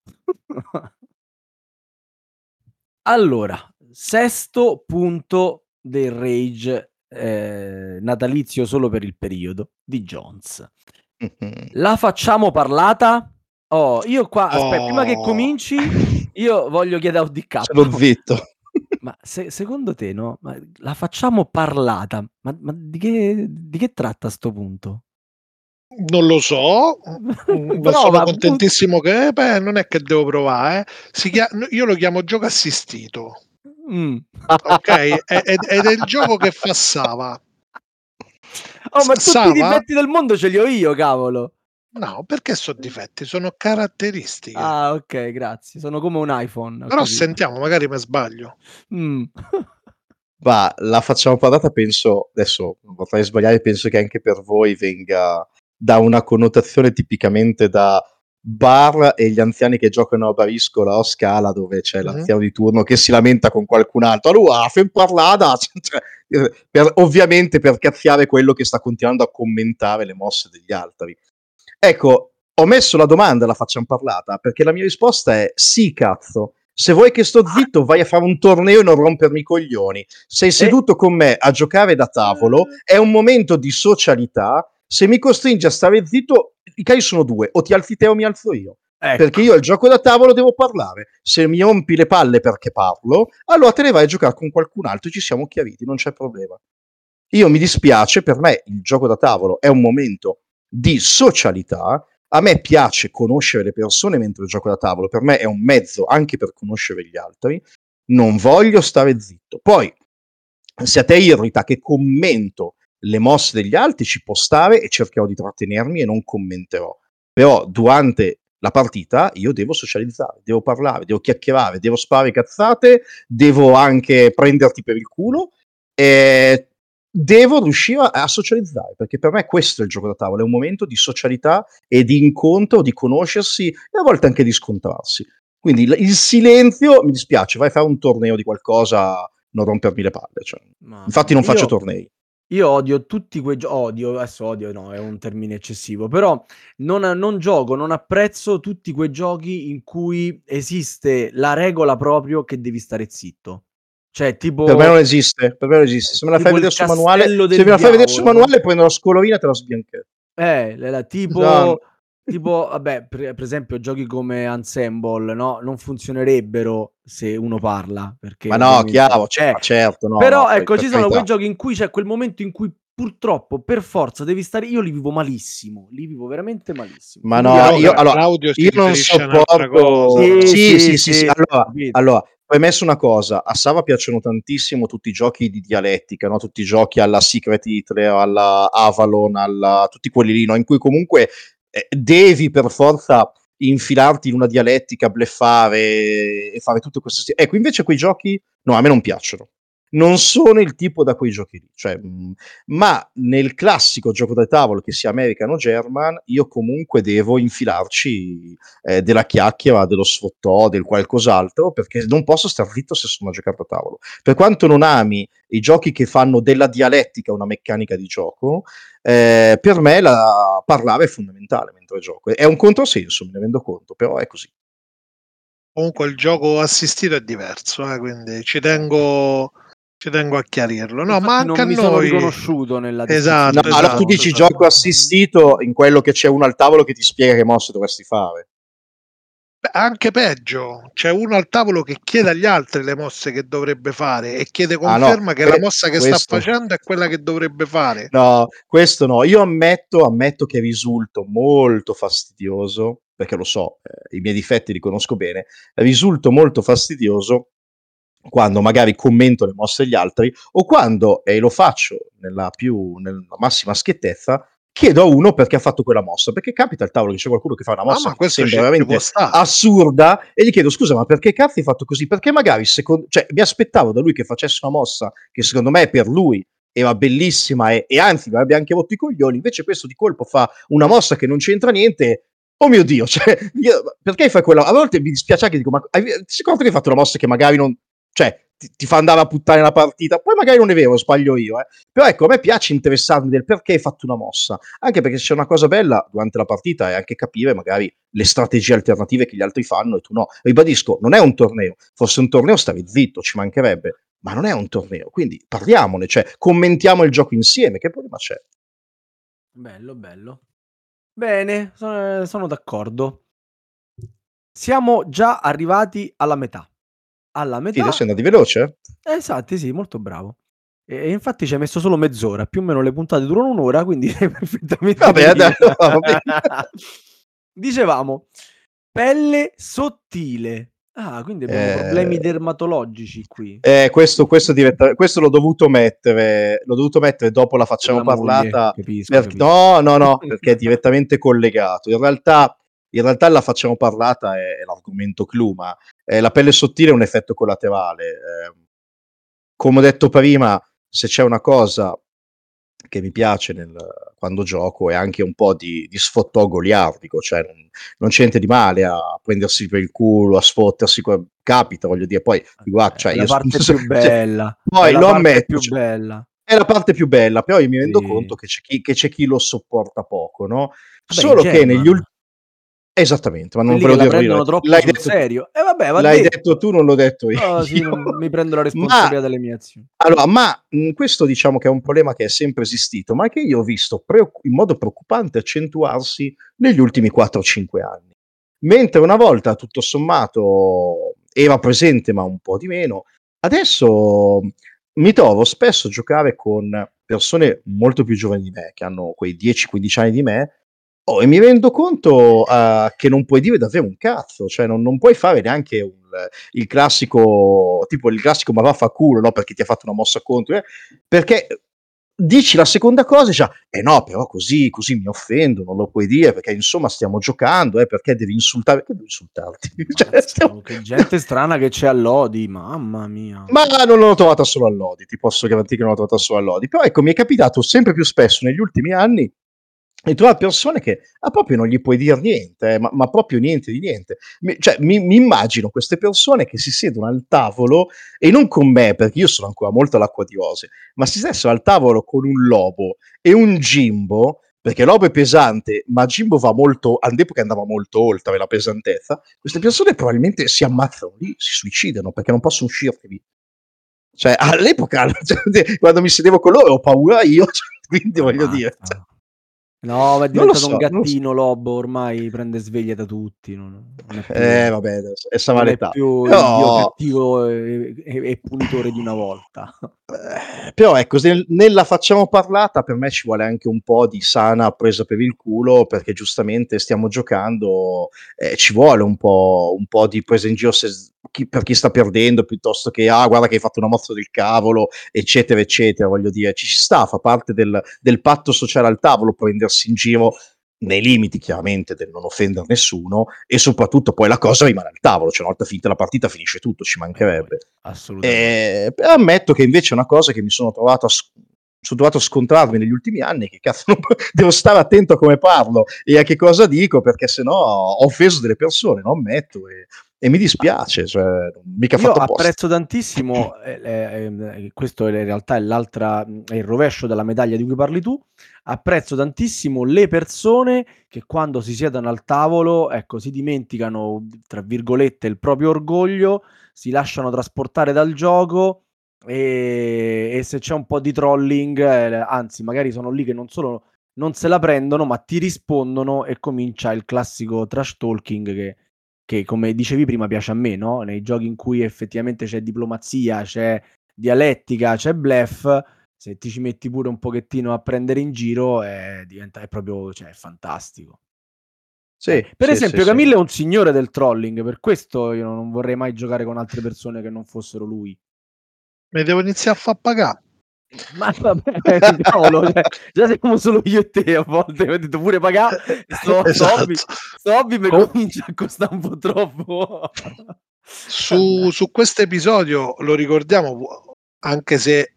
Allora, sesto punto del rage natalizio solo per il periodo di Jones. La facciamo parlata? Io qua, aspetta, prima che cominci, io voglio chiedere a ODK. Sono zitto. Ma secondo te, no? Ma la facciamo parlata? Ma di che tratta sto punto? Non lo so, ma sono contentissimo che non è che devo provare. Io lo chiamo gioco assistito. Ok, ed è il gioco che fa Sava. Ma tutti i difetti del mondo ce li ho io, cavolo. No, perché sono difetti? Sono caratteristiche. Ah, ok, grazie. Sono come un iPhone. Però sentiamo, magari mi sbaglio. Ma la facciamo parlata, penso, adesso non potrei sbagliare, penso che anche per voi venga da una connotazione tipicamente da bar e gli anziani che giocano a bariscola o scala, dove c'è l'anziano di turno che si lamenta con qualcun altro. Allora, fai parlata! Ovviamente per cazziare quello che sta continuando a commentare le mosse degli altri. Ecco, ho messo la domanda, la facciamo parlata, perché la mia risposta è sì, cazzo. Se vuoi che sto zitto, vai a fare un torneo e non rompermi i coglioni. Sei seduto con me a giocare da tavolo, è un momento di socialità. Se mi costringi a stare zitto, i casi sono due: o ti alzi te o mi alzo io. Ecco. Perché io al gioco da tavolo devo parlare. Se mi rompi le palle perché parlo, allora te ne vai a giocare con qualcun altro e ci siamo chiariti, non c'è problema. Io mi dispiace, per me il gioco da tavolo è un momento di socialità. A me piace conoscere le persone mentre gioco da tavolo, per me è un mezzo anche per conoscere gli altri. Non voglio stare zitto. Poi, se a te irrita che commento le mosse degli altri, ci può stare e cercherò di trattenermi e non commenterò. Però durante la partita io devo socializzare, devo parlare, devo chiacchierare, devo sparare cazzate, devo anche prenderti per il culo e devo riuscire a socializzare, perché per me questo è il gioco da tavola, è un momento di socialità e di incontro, di conoscersi e a volte anche di scontrarsi. Quindi il silenzio, mi dispiace, vai a fare un torneo di qualcosa, non rompermi le palle. Cioè. Infatti non faccio tornei. Io odio tutti quei giochi, odio no, è un termine eccessivo, però non gioco, non apprezzo tutti quei giochi in cui esiste la regola proprio che devi stare zitto. Cioè, tipo... Per me non esiste. Se me la fai vedere sul manuale, prendo la scolorina e te la sbianchetto. Tipo, vabbè, per esempio, giochi come Ensemble, no? Non funzionerebbero se uno parla. Perché ma no, chiaro, certo. No, però no, ecco, ci sono quei giochi in cui c'è quel momento in cui purtroppo per forza devi stare, io li vivo malissimo, li vivo veramente malissimo. Ma Quindi no, io- Claudio si io non riferisce a un'altra sopporto. cosa. Sì. capito. Allora, premesso una cosa, a Sava piacciono tantissimo tutti i giochi di dialettica, no? Tutti i giochi alla Secret Hitler, alla Avalon, tutti quelli lì, no? In cui comunque devi per forza infilarti in una dialettica, bleffare e fare tutte queste. Ecco, invece quei giochi, no, a me non piacciono. Non sono il tipo da quei giochi lì. Cioè, ma nel classico gioco da tavolo, che sia American o German, io comunque devo infilarci della chiacchiera, dello sfottò, del qualcos'altro, perché non posso star zitto se sono a giocare a tavolo. Per quanto non ami i giochi che fanno della dialettica una meccanica di gioco, per me parlare è fondamentale mentre gioco. È un controsenso, me ne rendo conto, però è così. Comunque il gioco assistito è diverso, quindi ci tengo a chiarirlo. No, ma Infatti anche non a mi sono noi. riconosciuto nella Esatto, No, descrizione. allora tu dici gioco assistito in quello che c'è uno al tavolo che ti spiega che mosse dovresti fare. Beh, anche peggio, c'è uno al tavolo che chiede agli altri le mosse che dovrebbe fare e chiede conferma che la mossa che sta facendo è quella che dovrebbe fare. No, questo no. Io ammetto che risulto molto fastidioso, perché lo so, i miei difetti li conosco bene, risulto molto fastidioso quando magari commento le mosse degli altri o quando, e lo faccio nella massima schiettezza, chiedo a uno perché ha fatto quella mossa, perché capita al tavolo che c'è qualcuno che fa una mossa ma che questo sembra ci può veramente stare. assurda e gli chiedo scusa ma perché cazzo hai fatto così? Perché magari cioè, mi aspettavo da lui che facesse una mossa che secondo me per lui era bellissima e anzi mi avrebbe anche rotto i coglioni, invece questo di colpo fa una mossa che non c'entra niente. Oh mio Dio, cioè, perché fai quella? A volte mi dispiace anche, dico, ma ti sei accorto che hai fatto una mossa che magari non, cioè, ti fa andare a puttane la partita, poi magari non è vero, sbaglio io, però ecco, a me piace interessarmi del perché hai fatto una mossa, anche perché se c'è una cosa bella durante la partita è anche capire magari le strategie alternative che gli altri fanno e tu no. Ribadisco, non è un torneo, fosse un torneo stavi zitto, ci mancherebbe, ma non è un torneo, quindi parliamone, cioè commentiamo il gioco insieme, che problema c'è? Bello, bello. Bene, sono d'accordo. Siamo già arrivati alla metà. Alla Sì, metà. adesso andavi veloce? Esatto, sì, molto bravo. E infatti ci hai messo solo mezz'ora, più o meno le puntate durano un'ora, quindi sei perfettamente in Vabbè, linea. va bene. Dicevamo, pelle sottile. Ah, quindi abbiamo problemi dermatologici qui. Questo l'ho dovuto mettere dopo la Per facciamo la moglie, parlata. capisco. No, perché è direttamente collegato. In realtà la facciamo parlata è l'argomento clou, ma la pelle sottile è un effetto collaterale. Come ho detto prima, se c'è una cosa che mi piace quando gioco è anche un po' di sfottò goliardico, cioè non c'è niente di male a prendersi per il culo, a sfottersi, capita, voglio dire, poi guarda, cioè, È la io, parte cioè, più bella. poi È la lo parte ammetto, più cioè, bella. è la parte più bella, però io mi rendo Sì. conto che c'è chi lo sopporta poco, no? Vabbè, Solo che negli German. esattamente, ma non Quelli ve che lo la dirò io, prendono troppo l'hai sul detto tu. serio. E vabbè, va L'hai detto. detto tu, non l'ho detto io. No, sì, mi prendo la responsabilità delle mie azioni. Allora, ma questo diciamo che è un problema che è sempre esistito, ma che io ho visto in modo preoccupante accentuarsi negli ultimi 4-5 anni. Mentre una volta, tutto sommato, era presente, ma un po' di meno, adesso mi trovo spesso a giocare con persone molto più giovani di me, che hanno quei 10-15 anni di me, e mi rendo conto che non puoi dire davvero un cazzo, cioè non puoi fare neanche il classico ma vaffanculo, no? Perché ti ha fatto una mossa contro, perché dici la seconda cosa, cioè, no, però così mi offendo, non lo puoi dire, perché insomma stiamo giocando, perché devi insultare, perché devi insultarti? Cioè, Che gente strana che c'è all'Odi, mamma mia. ma non l'ho trovata solo a Lodi, ti posso garantire che non l'ho trovata solo a Lodi, però ecco, mi è capitato sempre più spesso negli ultimi anni di trovare persone che proprio non gli puoi dire niente, ma proprio niente di niente. Mi immagino queste persone che si siedono al tavolo, e non con me, perché io sono ancora molto all'acqua di rose, ma si stessero al tavolo con un Lobo e un Jimbo, perché Lobo è pesante, ma Jimbo all'epoca andava molto oltre la pesantezza. Queste persone probabilmente si ammazzano lì, si suicidano, perché non possono uscirne. Cioè, all'epoca, quando mi sedevo con loro, ho paura io, quindi voglio dire. No, ma è Non lo diventato un so, non lo so. gattino Lobo, ormai prende sveglie da tutti, non è più, Vabbè, adesso è non è l'età. più il dio Però, cattivo e punitore di una volta. però ecco, nella facciamo parlata per me ci vuole anche un po' di sana presa per il culo, perché giustamente stiamo giocando, ci vuole un po' di presa in giro per chi sta perdendo, piuttosto che guarda che hai fatto una mossa del cavolo, eccetera, eccetera. Voglio dire, ci sta, fa parte del patto sociale al tavolo prendersi in giro nei limiti chiaramente del non offendere nessuno, e soprattutto poi la cosa rimane al tavolo, cioè una volta finita la partita finisce tutto, ci Poi, mancherebbe. assolutamente. Però ammetto che invece è una cosa che mi sono trovato a scontrarmi negli ultimi anni, che cazzo devo stare attento a come parlo e a che cosa dico, perché sennò ho offeso delle persone, lo ammetto, e mi dispiace, cioè, mica Io fatto apposta. apprezzo tantissimo, questo in realtà è è il rovescio della medaglia di cui parli tu. Apprezzo tantissimo le persone che quando si siedono al tavolo, ecco, si dimenticano, tra virgolette, il proprio orgoglio, si lasciano trasportare dal gioco e se c'è un po' di trolling, anzi, magari sono lì che non solo non se la prendono, ma ti rispondono e comincia il classico trash talking che come dicevi prima piace a me, no? Nei giochi in cui effettivamente c'è diplomazia, c'è dialettica, c'è bluff, se ti ci metti pure un pochettino a prendere in giro, è proprio, cioè, è fantastico. Sì, Per sì, sì, esempio, sì. Camillo è un signore del trolling, per questo io non vorrei mai giocare con altre persone che non fossero lui. Mi devo iniziare a far pagare. Ma vabbè, cavolo, cioè, già siamo solo io e te a volte, ho detto pure pagà, Esatto. sto hobby mi Com- comincia a costare un po' troppo. su questo episodio lo ricordiamo, anche se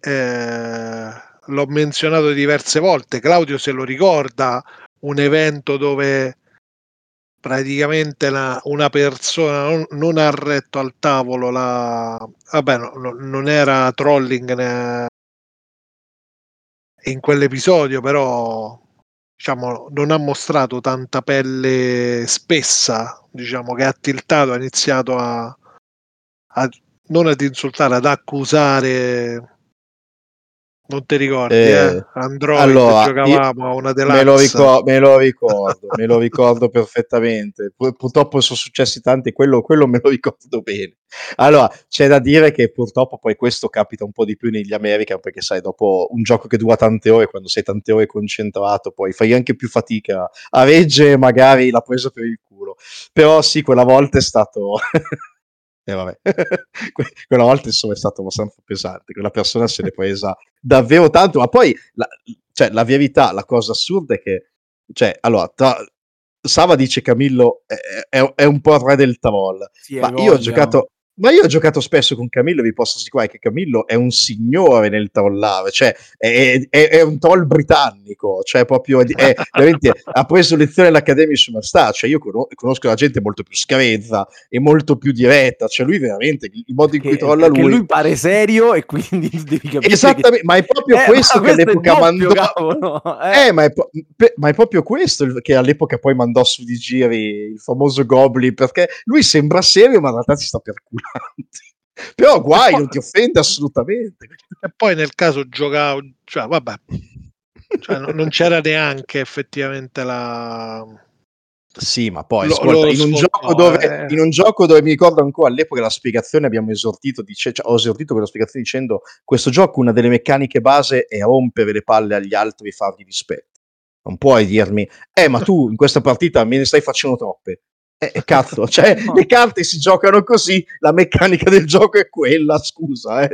l'ho menzionato diverse volte. Claudio se lo ricorda, un evento dove praticamente una persona non ha retto al tavolo vabbè, non era trolling in quell'episodio, però diciamo non ha mostrato tanta pelle spessa, diciamo, che ha tiltato, ha iniziato non ad insultare, ad accusare. Non ti ricordi, Android, Allora, giocavamo a una deluxe. me lo ricordo perfettamente. Purtroppo sono successi tanti, quello me lo ricordo bene. Allora, c'è da dire che purtroppo poi questo capita un po' di più negli American, perché sai, dopo un gioco che dura tante ore, quando sei tante ore concentrato, poi fai anche più fatica a reggere magari la presa per il culo. Però sì, quella volta è stato... vabbè. Quella volta insomma è stato abbastanza pesante, quella persona se l'è presa davvero tanto, ma poi cioè, la verità, la cosa assurda è che, cioè, allora, Sava dice Camillo è un po' il re del troll, Sì, hai voglia. ma io ho giocato spesso con Camillo, vi posso assicurare che Camillo è un signore nel trollare, cioè è un troll britannico, cioè proprio veramente ha preso lezione all'Academy su una star, cioè io conosco la gente molto più screzza e molto più diretta, cioè lui veramente, il modo in cui trolla Perché lui... lui pare serio e quindi tu devi capire che... Esattamente, ma è proprio Ma questo che questo è all'epoca doppio, mandò. cavolo! Ma è proprio questo che all'epoca poi mandò su di giri il famoso Goblin, perché lui sembra serio, ma in realtà si sta perculando. Però guai, non ti offende assolutamente. E poi nel caso giocavo, cioè vabbè, cioè, non c'era neanche effettivamente Sì, ma poi ascolta, lo sfottò. in un gioco dove mi ricordo ancora all'epoca la spiegazione abbiamo esortito, cioè, ho esortito quella spiegazione dicendo questo gioco una delle meccaniche base è rompere le palle agli altri e fargli rispetto. Non puoi dirmi, ma tu in questa partita me ne stai facendo troppe. Cazzo, cioè No. le carte si giocano così, la meccanica del gioco è quella, scusa.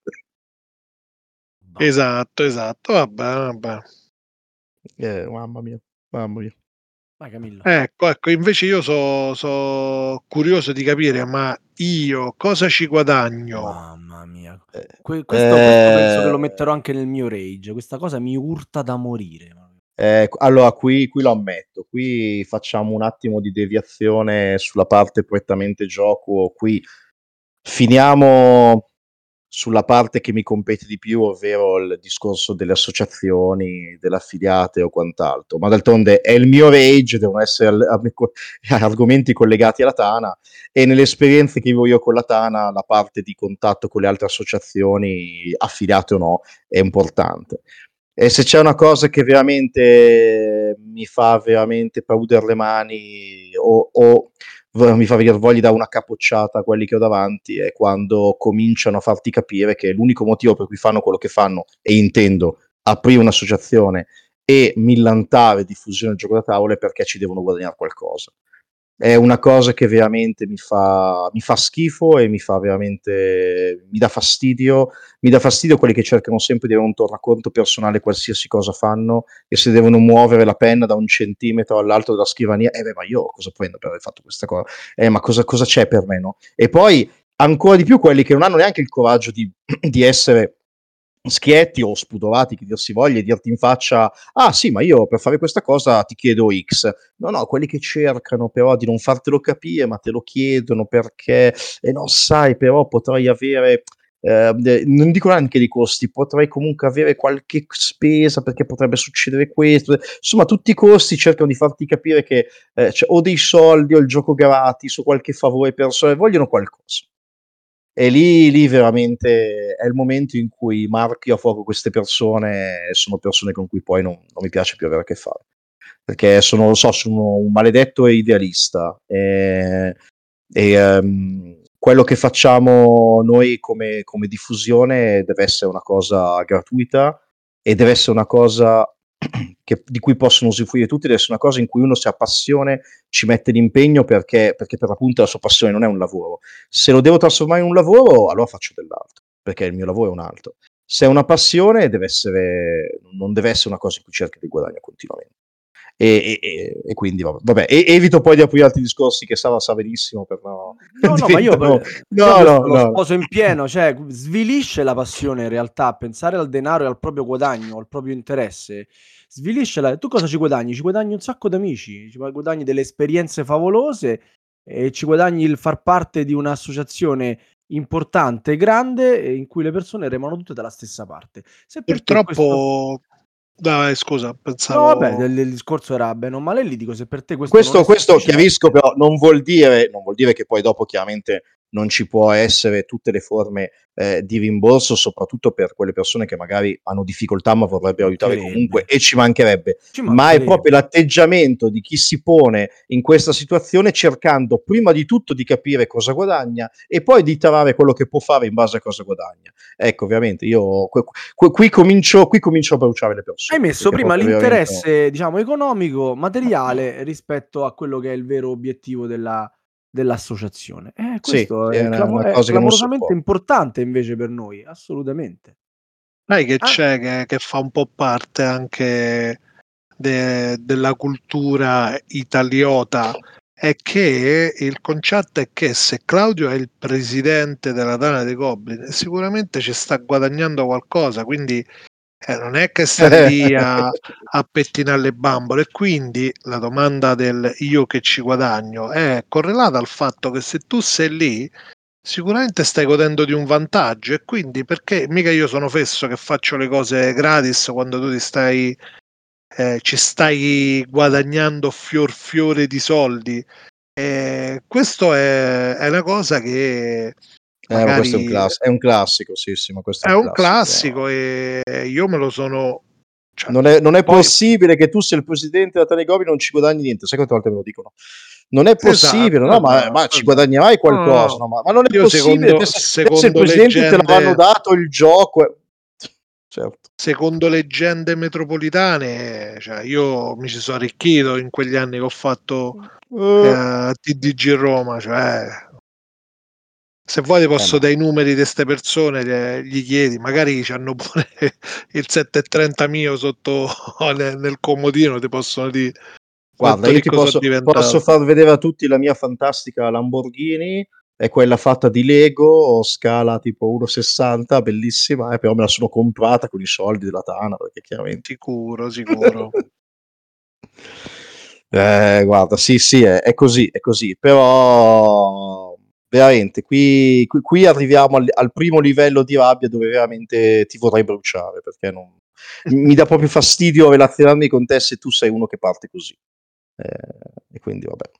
Esatto, vabbè. Mamma mia, mamma mia. Vai Camillo. Ecco, invece io so curioso di capire, ma io cosa ci guadagno? Mamma mia. Eh, Questo penso che lo eh, metterò anche nel mio rage. Questa cosa mi urta da morire. allora, qui lo ammetto, qui facciamo un attimo di deviazione sulla parte prettamente gioco, qui finiamo sulla parte che mi compete di più, ovvero il discorso delle associazioni, dell'affiliate o quant'altro, ma d'altronde è il mio rage, devono essere argomenti collegati alla Tana, e nelle esperienze che vivo io con la Tana, la parte di contatto con le altre associazioni, affiliate o no, è importante. E se c'è una cosa che veramente mi fa veramente paudere le mani o mi fa venire voglia da una capocciata a quelli che ho davanti, è quando cominciano a farti capire che l'unico motivo per cui fanno quello che fanno, e intendo aprire un'associazione e millantare diffusione del gioco da tavola, è perché ci devono guadagnare qualcosa. È una cosa che veramente mi fa schifo e mi dà fastidio. Mi dà fastidio quelli che cercano sempre di avere un tornaconto personale qualsiasi cosa fanno, e se devono muovere la penna da un centimetro all'altro della scrivania, ma io cosa prendo per aver fatto questa cosa? Ma cosa c'è per me, no? E poi ancora di più quelli che non hanno neanche il coraggio di essere schietti o spudorati, che dir si voglia, e dirti in faccia: ah sì, ma io per fare questa cosa ti chiedo X. No, quelli che cercano però di non fartelo capire, ma te lo chiedono perché, e no, sai, però potrei avere, non dico neanche di costi, potrei comunque avere qualche spesa perché potrebbe succedere questo. Insomma, tutti i costi cercano di farti capire che o dei soldi o il gioco gratis o qualche favore personale, vogliono qualcosa. E lì veramente è il momento in cui marchio a fuoco queste persone, sono persone con cui poi non mi piace più avere a che fare, perché sono un maledetto e idealista, quello che facciamo noi come diffusione deve essere una cosa gratuita, e deve essere una cosa di cui possono usufruire tutti, deve essere una cosa in cui uno si ha passione, ci mette l'impegno, perché per l'appunto la sua passione non è un lavoro. Se lo devo trasformare in un lavoro, allora faccio dell'altro, perché il mio lavoro è un altro. Se è una passione, non deve essere una cosa in cui cerchi di guadagnare continuamente. E quindi vabbè. Evito poi di aprire altri discorsi che Sara sa benissimo, per no. No, ma io No. lo sposo in pieno, cioè svilisce la passione in realtà, pensare al denaro e al proprio guadagno, al proprio interesse, svilisce tu cosa ci guadagni? Ci guadagni un sacco d'amici, ci guadagni delle esperienze favolose e ci guadagni il far parte di un'associazione importante, grande, in cui le persone remano tutte dalla stessa parte. Se per te Purtroppo, dai, scusa, No, pensavo. vabbè, il discorso era bene o male lì, dico, se per te questo non è Questo sufficiente. chiarisco, però non vuol dire che poi dopo chiaramente non ci può essere tutte le forme di rimborso, soprattutto per quelle persone che magari hanno difficoltà ma vorrebbero aiutare comunque, e ci mancherebbe. Ma è proprio l'atteggiamento di chi si pone in questa situazione, cercando prima di tutto di capire cosa guadagna e poi di trovare quello che può fare in base a cosa guadagna. Ecco, ovviamente io qui comincio a bruciare le persone. Hai messo prima veramente... l'interesse, diciamo, economico, materiale, rispetto a quello che è il vero obiettivo dell'associazione. Questo sì, è una è cosa che non clamorosamente sopporto. importante invece per noi, assolutamente. Sai che Ah, c'è che fa un po' parte anche della cultura italiota, è che il concetto è che se Claudio è il presidente della Tana dei Goblin, sicuramente ci sta guadagnando qualcosa, quindi non è che sta lì a pettinare le bambole. E quindi la domanda del io che ci guadagno è correlata al fatto che se tu sei lì sicuramente stai godendo di un vantaggio, e quindi perché mica io sono fesso che faccio le cose gratis quando tu ci stai guadagnando fiore di soldi. Questo è una cosa che Ma questo magari è un classico, sì, ma questo è è un un classico. classico, e io me lo sono, cioè, Non è poi possibile che tu sia il presidente della Telegobi e non ci guadagni niente. Sai quante volte me lo dicono? Non è possibile, no, ma ci guadagnerai qualcosa, No, no, ma non è io possibile. Te sei il secondo presidente, te l'avranno dato il gioco. Certo. secondo leggende metropolitane, cioè io mi ci sono arricchito in quegli anni che ho fatto TDG Roma, cioè se vuoi ti posso dare i numeri di queste persone, gli chiedi, magari hanno pure il 730 mio sotto nel comodino, ti possono dire Guarda, quanto io ti ricco sono diventato. posso far vedere a tutti la mia fantastica Lamborghini, è quella fatta di Lego, scala tipo 1,60, bellissima, però me la sono comprata con i soldi della Tana, perché chiaramente... Sicuro. Guarda, sì, è così, però veramente qui arriviamo al primo livello di rabbia dove veramente ti vorrei bruciare, perché mi dà proprio fastidio relazionarmi con te se tu sei uno che parte così. E quindi vabbè.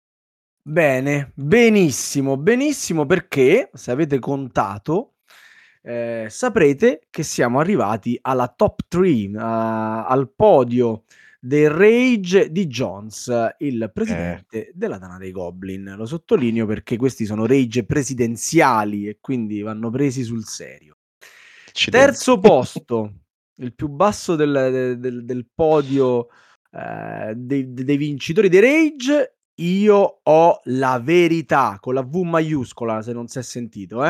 bene, benissimo, benissimo, perché se avete contato saprete che siamo arrivati alla top 3, al podio del rage di Jones, il presidente della Tana dei Goblin. Lo sottolineo perché questi sono rage presidenziali e quindi vanno presi sul serio. Terzo posto, il più basso del podio dei vincitori dei rage. Io ho la verità con la V maiuscola, se non si è sentito,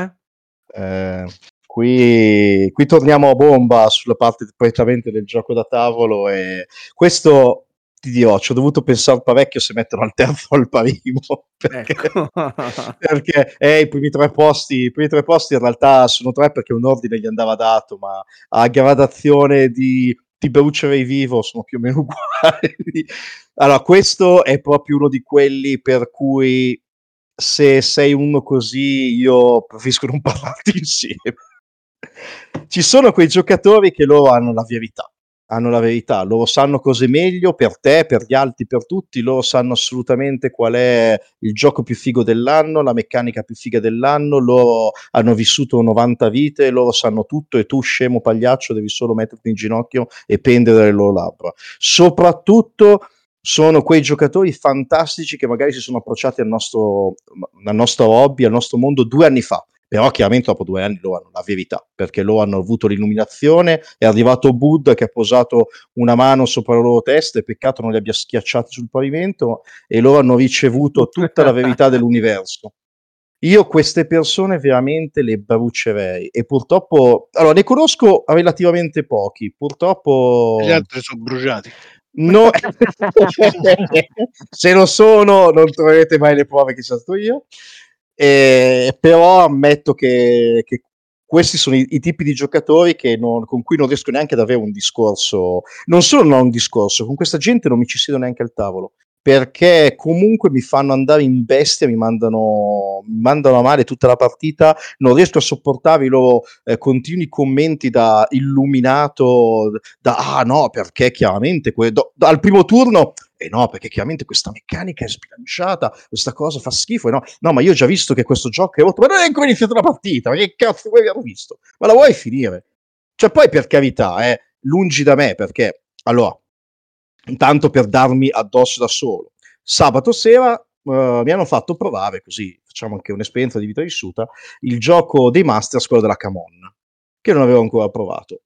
Qui torniamo a bomba sulla parte prettamente del gioco da tavolo, e questo ti dirò, ci ho dovuto pensare parecchio se metterlo al terzo o al primo, perché, Ecco. perché i primi tre posti in realtà sono tre, perché un ordine gli andava dato, ma a gradazione di brucerei vivo sono più o meno uguali. Allora, questo è proprio uno di quelli per cui, se sei uno così, io preferisco non parlarti insieme. Ci sono quei giocatori che loro hanno la verità, loro sanno cose meglio per te, per gli altri, per tutti, loro sanno assolutamente qual è il gioco più figo dell'anno, la meccanica più figa dell'anno, loro hanno vissuto 90 vite, loro sanno tutto, e tu, scemo pagliaccio, devi solo metterti in ginocchio e pendere le loro labbra. Soprattutto sono quei giocatori fantastici che magari si sono approcciati al nostro hobby, al nostro mondo 2 anni fa, però chiaramente dopo 2 anni loro hanno la verità, perché loro hanno avuto l'illuminazione, è arrivato Buddha che ha posato una mano sopra le loro teste, peccato non li abbia schiacciati sul pavimento, e loro hanno ricevuto tutta la verità dell'universo. Io queste persone veramente le brucerei, e purtroppo, allora, ne conosco relativamente pochi, purtroppo Gli altri sono bruciati. no. Se lo sono, non troverete mai le prove che sia stato io. Però ammetto che questi sono i tipi di giocatori con cui non riesco neanche ad avere un discorso. Non solo non ho un discorso, con questa gente non mi ci siedo neanche al tavolo, perché comunque mi fanno andare in bestia, mi mandano a male tutta la partita. Non riesco a sopportare i loro continui commenti da illuminato, no, perché chiaramente al primo turno, no, perché chiaramente questa meccanica è sbilanciata, questa cosa fa schifo, no, ma io ho già visto che questo gioco è rotto, ma non è ancora iniziata la partita, ma che cazzo vuoi aver visto? Ma la vuoi finire? Cioè, poi, per carità, lungi da me, perché, allora, intanto, per darmi addosso da solo, sabato sera mi hanno fatto provare, così facciamo anche un'esperienza di vita vissuta, il gioco dei Masters, quello della Camon, che non avevo ancora provato.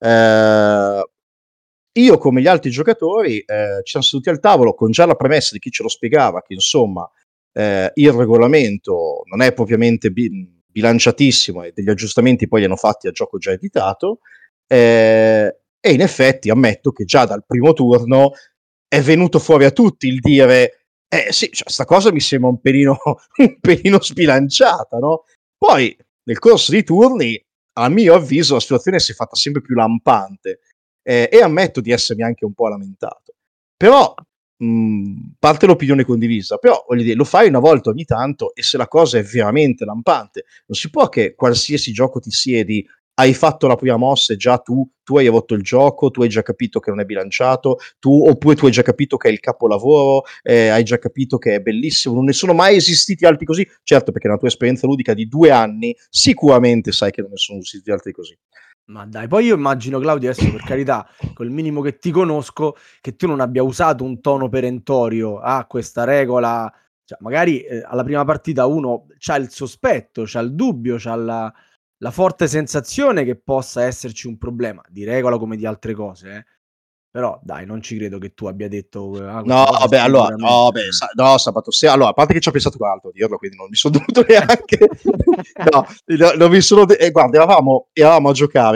Io, come gli altri giocatori, ci siamo seduti al tavolo con già la premessa di chi ce lo spiegava, che insomma il regolamento non è propriamente bilanciatissimo, e degli aggiustamenti poi li hanno fatti a gioco già editato, e in effetti ammetto che già dal primo turno è venuto fuori a tutti il dire sì, cioè, sta cosa mi sembra un pelino sbilanciata, no? Poi nel corso dei turni, a mio avviso, la situazione si è fatta sempre più lampante, e ammetto di essermi anche un po' lamentato, però parte l'opinione condivisa, però voglio dire, lo fai una volta ogni tanto, e se la cosa è veramente lampante, non si può che qualsiasi gioco ti siedi, hai fatto la prima mossa e già tu hai rotto il gioco, tu hai già capito che non è bilanciato, oppure tu hai già capito che è il capolavoro, hai già capito che è bellissimo, non ne sono mai esistiti altri così. Certo, perché nella tua esperienza ludica di 2 anni sicuramente sai che non ne sono esistiti altri così. Ma dai, poi io immagino, Claudio, adesso, per carità, col minimo che ti conosco, che tu non abbia usato un tono perentorio a questa regola. Cioè, magari alla prima partita uno c'ha il sospetto, c'ha il dubbio, c'ha la forte sensazione che possa esserci un problema, di regola come di altre cose, Però dai, non ci credo che tu abbia detto No, beh, allora, sabato sera, allora, a parte che ci ho pensato con altro a dirlo, quindi non mi sono dovuto neanche non mi sono guarda, eravamo a giocare,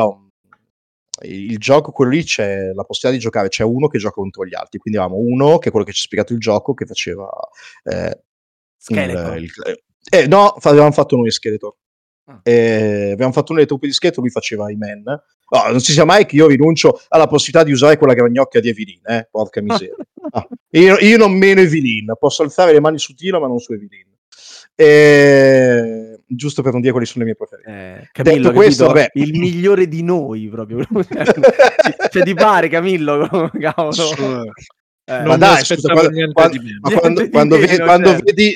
il gioco, quello lì, c'è la possibilità di giocare, c'è uno che gioca contro gli altri, quindi avevamo uno che è quello che ci ha spiegato il gioco, che faceva Skeletor. No, avevamo fatto noi Skeletor. Abbiamo fatto un truppe di Skeletor, lui faceva i men. Non si sia mai che io rinuncio alla possibilità di usare quella gragnocchia di Evelyn, porca miseria. Io non meno Evelyn, posso alzare le mani su Tilo ma non su Evelyn, giusto per non dire quali sono le mie preferite. Camillo, detto questo, vabbè, il migliore di noi proprio. Cioè, ti pare, Camillo? Cavolo. Ma ma dai, scusa, quando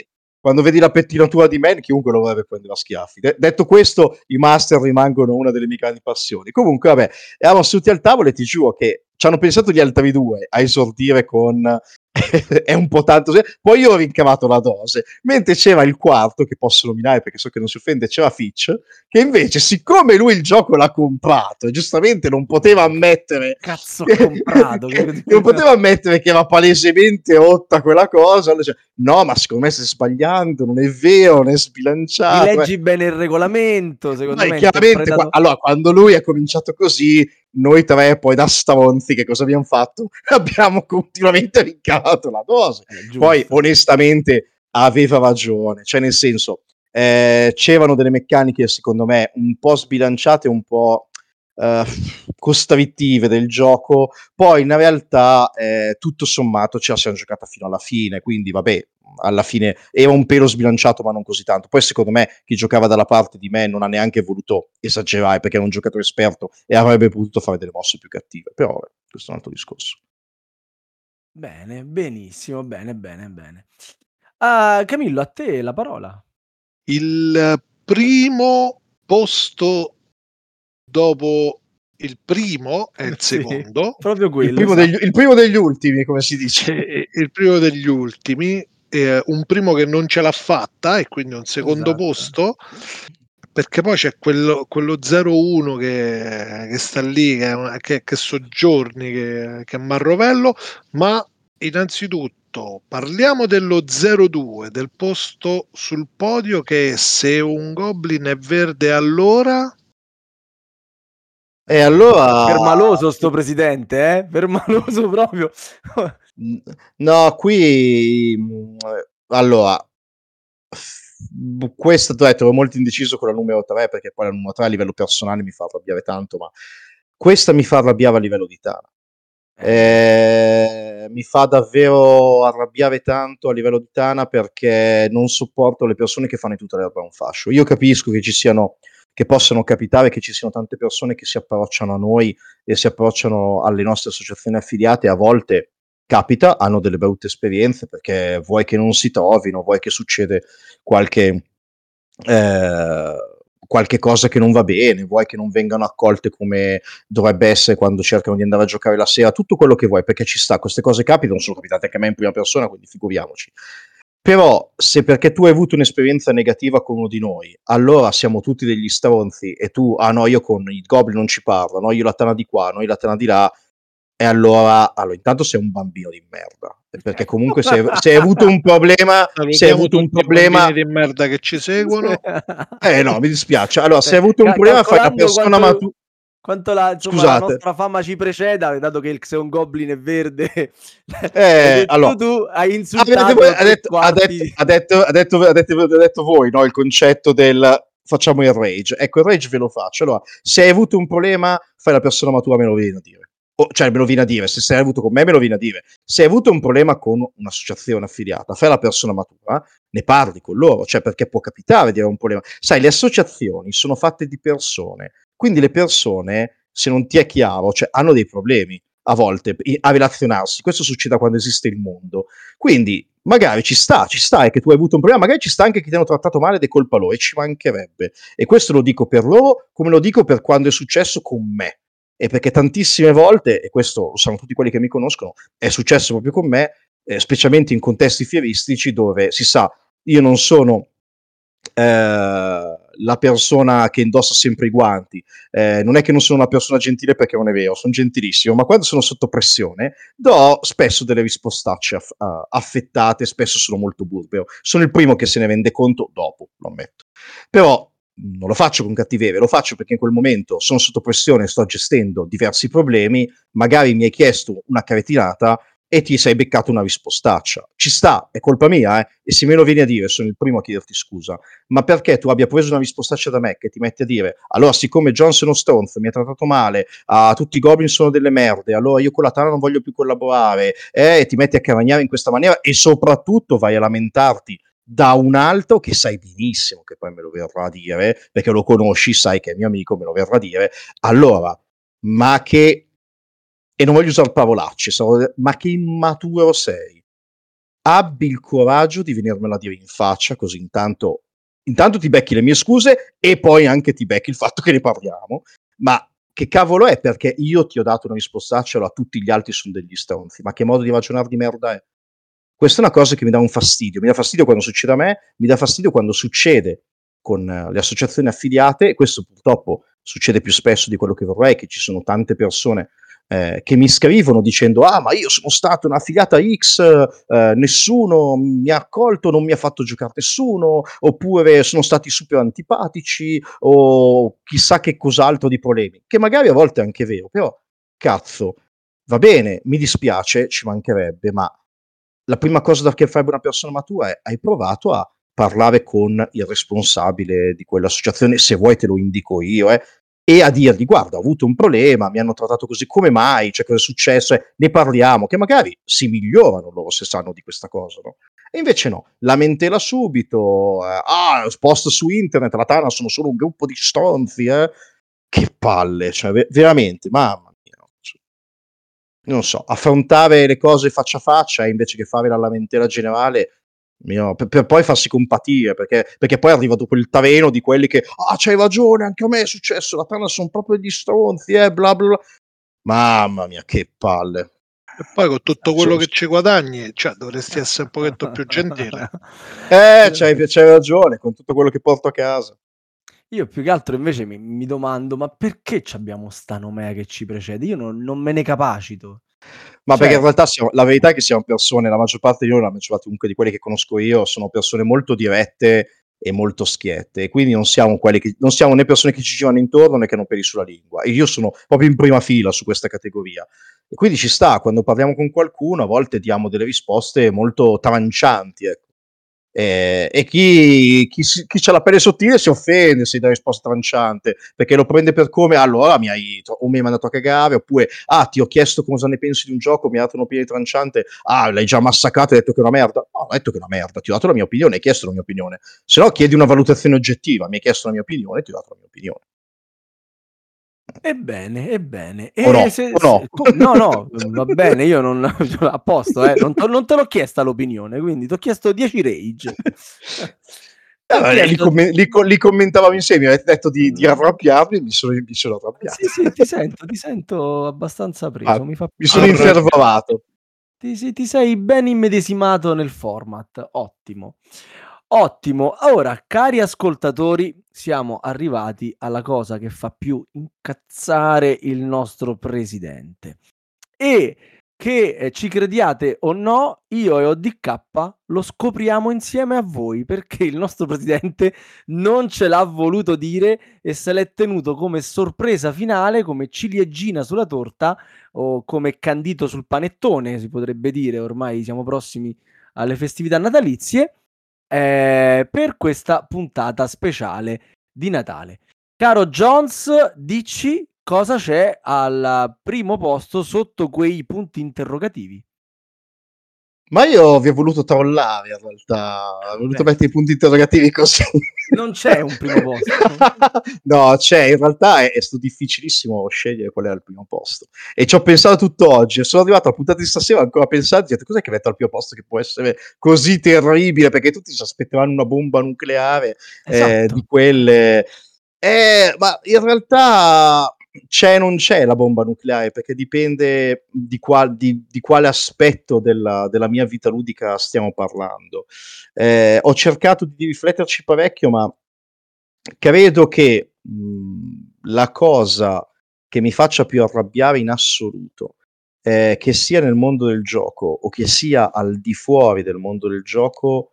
quando vedi la pettinatura di Man, chiunque lo vorrebbe prendere a schiaffi. Detto questo, i master rimangono una delle mie grandi passioni. Comunque, vabbè, eravamo seduti al tavolo e ti giuro che ci hanno pensato gli altri due a esordire con è un po' tanto, poi io ho rincavato la dose, mentre c'era il quarto, che posso nominare perché so che non si offende, c'era Fitch, che invece, siccome lui il gioco l'ha comprato e giustamente non poteva ammettere Cazzo ho comprato? che non poteva ammettere che era palesemente rotta quella cosa, allora dice, no, ma secondo me stai sbagliando, non è vero, non è sbilanciato. Rileggi bene il regolamento, secondo me Chiaramente, interpretato... allora, quando lui ha cominciato così, noi tre poi da stronzi che cosa abbiamo fatto? Abbiamo continuamente rincavato la dose. Poi onestamente aveva ragione, cioè nel senso c'erano delle meccaniche secondo me un po' sbilanciate, un po' costrittive del gioco, poi in realtà tutto sommato ce la siamo giocata fino alla fine, quindi vabbè, alla fine era un pelo sbilanciato ma non così tanto. Poi secondo me chi giocava dalla parte di me non ha neanche voluto esagerare perché era un giocatore esperto e avrebbe potuto fare delle mosse più cattive, però vabbè, questo è un altro discorso. Bene, benissimo, bene. Camillo, a te la parola. Il primo posto dopo il primo è il Sì, secondo. proprio quello. Il primo degli ultimi, come si dice. Il primo degli ultimi, un primo che non ce l'ha fatta e quindi un secondo posto, perché poi c'è quello 0-1 che sta lì, che soggiorni, che è Marrovello, ma innanzitutto parliamo dello 0-2, del posto sul podio, che se un Goblin è verde allora... E allora... Permaloso sto presidente, permaloso proprio. No, qui... allora... Questo tu hai detto, ero molto indeciso con la numero 3 perché poi la numero 3 a livello personale mi fa arrabbiare tanto, ma questa mi fa arrabbiare a livello di Tana. Mi fa davvero arrabbiare tanto a livello di Tana perché non sopporto le persone che fanno tutta l'erba un fascio. Io capisco che ci siano, che possano capitare che ci siano tante persone che si approcciano a noi e si approcciano alle nostre associazioni affiliate, a volte capita, hanno delle brutte esperienze perché vuoi che non si trovino, vuoi che succede qualche cosa che non va bene, vuoi che non vengano accolte come dovrebbe essere quando cercano di andare a giocare la sera, tutto quello che vuoi, perché ci sta, queste cose capitano, sono capitate anche a me in prima persona, quindi figuriamoci. Però se perché tu hai avuto un'esperienza negativa con uno di noi, allora siamo tutti degli stronzi e tu, ah no, io con i goblin non ci parlo, no, io la tana di qua, no, io la tana di là, e allora intanto sei un bambino di merda, perché comunque se hai avuto un problema, se hai avuto un problema di merda che ci seguono, no, mi dispiace. Allora, se hai avuto un problema, fai la persona matura. Quanto la nostra fama ci preceda, dato che se un goblin è verde, allora, tu hai insultato ha detto voi, no, il concetto del facciamo il rage. Ecco, il rage ve lo faccio. Allora, se hai avuto un problema, fai la persona matura, me lo vieni a dire. Cioè, me lo vieni a dire. Se hai avuto con me lo vieni a dire. Se hai avuto un problema con un'associazione affiliata, fai la persona matura, ne parli con loro, cioè perché può capitare di avere un problema. Sai, le associazioni sono fatte di persone, quindi le persone, se non ti è chiaro, cioè hanno dei problemi a volte a relazionarsi. Questo succede quando esiste il mondo. Quindi magari ci sta è che tu hai avuto un problema, magari ci sta anche che ti hanno trattato male ed è colpa loro, e ci mancherebbe. E questo lo dico per loro, come lo dico per quando è successo con me. E perché tantissime volte, e questo lo sanno tutti quelli che mi conoscono, è successo proprio con me, specialmente in contesti fieristici dove si sa, io non sono la persona che indossa sempre i guanti, non è che non sono una persona gentile perché non è vero, sono gentilissimo, ma quando sono sotto pressione do spesso delle rispostacce affettate, spesso sono molto burbero, sono il primo che se ne rende conto dopo, lo ammetto, però non lo faccio con cattiveria, lo faccio perché in quel momento sono sotto pressione, sto gestendo diversi problemi, magari mi hai chiesto una cretinata e ti sei beccato una rispostaccia. Ci sta, è colpa mia, e se me lo vieni a dire sono il primo a chiederti scusa, ma perché tu abbia preso una rispostaccia da me che ti metti a dire allora siccome Johnson è uno stronzo, mi ha trattato male, tutti i goblin sono delle merde, allora io con la Tana non voglio più collaborare, e ti metti a cavagnare in questa maniera e soprattutto vai a lamentarti da un altro che sai benissimo che poi me lo verrà a dire, perché lo conosci, sai che è mio amico, me lo verrà a dire, allora, ma che, e non voglio usare parolacce, ma che immaturo sei. abbi il coraggio di venirmela a dire in faccia, così intanto ti becchi le mie scuse e poi anche ti becchi il fatto che ne parliamo. Ma che cavolo è? Perché io ti ho dato una rispostaccia, a tutti gli altri sono degli stronzi. Ma che modo di ragionare di merda è? Questa è una cosa che mi dà un fastidio. Mi dà fastidio quando succede a me, mi dà fastidio quando succede con le associazioni affiliate, e questo purtroppo succede più spesso di quello che vorrei, che ci sono tante persone che mi scrivono dicendo ma io sono stato una affiliata X, nessuno mi ha accolto, non mi ha fatto giocare nessuno, oppure sono stati super antipatici o chissà che cos'altro di problemi, che magari a volte è anche vero, però cazzo, va bene, mi dispiace, ci mancherebbe, ma la prima cosa da che farebbe una persona matura è: hai provato a parlare con il responsabile di quell'associazione, se vuoi te lo indico io, e a dirgli: guarda, ho avuto un problema, mi hanno trattato così, come mai, cioè cosa è successo, ne parliamo, che magari si migliorano loro se sanno di questa cosa, no? E invece no, lamentela subito, post su internet, la Tana sono solo un gruppo di stronzi, che palle, cioè veramente, mamma mia, cioè, non so, affrontare le cose faccia a faccia invece che fare la lamentela generale, per poi farsi compatire, perché poi arriva dopo il terreno di quelli che c'hai ragione, anche a me è successo, la Tana sono proprio degli stronzi, bla bla bla. Mamma mia, che palle. E poi con tutto quello che ci guadagni, cioè, dovresti essere un pochetto più gentile. C'hai ragione, con tutto quello che porto a casa. Io più che altro invece mi domando, ma perché abbiamo sta nomea che ci precede? Io non me ne capacito. Ma perché in Cioè, realtà la verità è che siamo persone, la maggior parte di noi, la maggior parte comunque di quelli che conosco io, sono persone molto dirette e molto schiette, e quindi non siamo né persone che ci girano intorno né che hanno peli sulla lingua, e io sono proprio in prima fila su questa categoria, e quindi ci sta, quando parliamo con qualcuno a volte diamo delle risposte molto trancianti, ecco. E chi c'ha la pelle sottile si offende se dà risposta tranciante, perché lo prende per come: allora mi hai mandato a cagare, oppure ti ho chiesto cosa ne pensi di un gioco, mi hai dato un'opinione tranciante, l'hai già massacrato e hai detto che è una merda. No, non ho detto che è una merda, ti ho dato la mia opinione, hai chiesto la mia opinione, se no chiedi una valutazione oggettiva, mi hai chiesto la mia opinione, ti ho dato la mia opinione. ebbene. O no? No, va bene, io non a posto, non te l'ho chiesta l'opinione, quindi ti ho chiesto 10 rage. Li commentavamo insieme, avete detto di arrabbiarmi, mi sono arrabbiato. Sì, ti sento abbastanza preso, mi sono infervorato. Ti sei ben immedesimato nel format, ottimo. Ora, cari ascoltatori, siamo arrivati alla cosa che fa più incazzare il nostro presidente. E che ci crediate o no, io e ODK lo scopriamo insieme a voi, perché il nostro presidente non ce l'ha voluto dire e se l'è tenuto come sorpresa finale, come ciliegina sulla torta o come candito sul panettone, si potrebbe dire, ormai siamo prossimi alle festività natalizie, per questa puntata speciale di Natale. Caro Jones, dici cosa c'è al primo posto sotto quei punti interrogativi? Ma io vi ho voluto trollare, in realtà, ho voluto mettere i punti interrogativi così. Non c'è un primo posto. No, c'è, in realtà è stato difficilissimo scegliere qual era il primo posto. E ci ho pensato tutto oggi, sono arrivato alla puntata di stasera ancora pensando, cos'è che metto al primo posto che può essere così terribile, perché tutti si aspettavano una bomba nucleare, Esatto. di quelle. Ma in realtà c'è e non c'è la bomba nucleare, perché dipende di quale aspetto della mia vita ludica stiamo parlando. Ho cercato di rifletterci parecchio, ma credo che la cosa che mi faccia più arrabbiare in assoluto, che sia nel mondo del gioco o che sia al di fuori del mondo del gioco,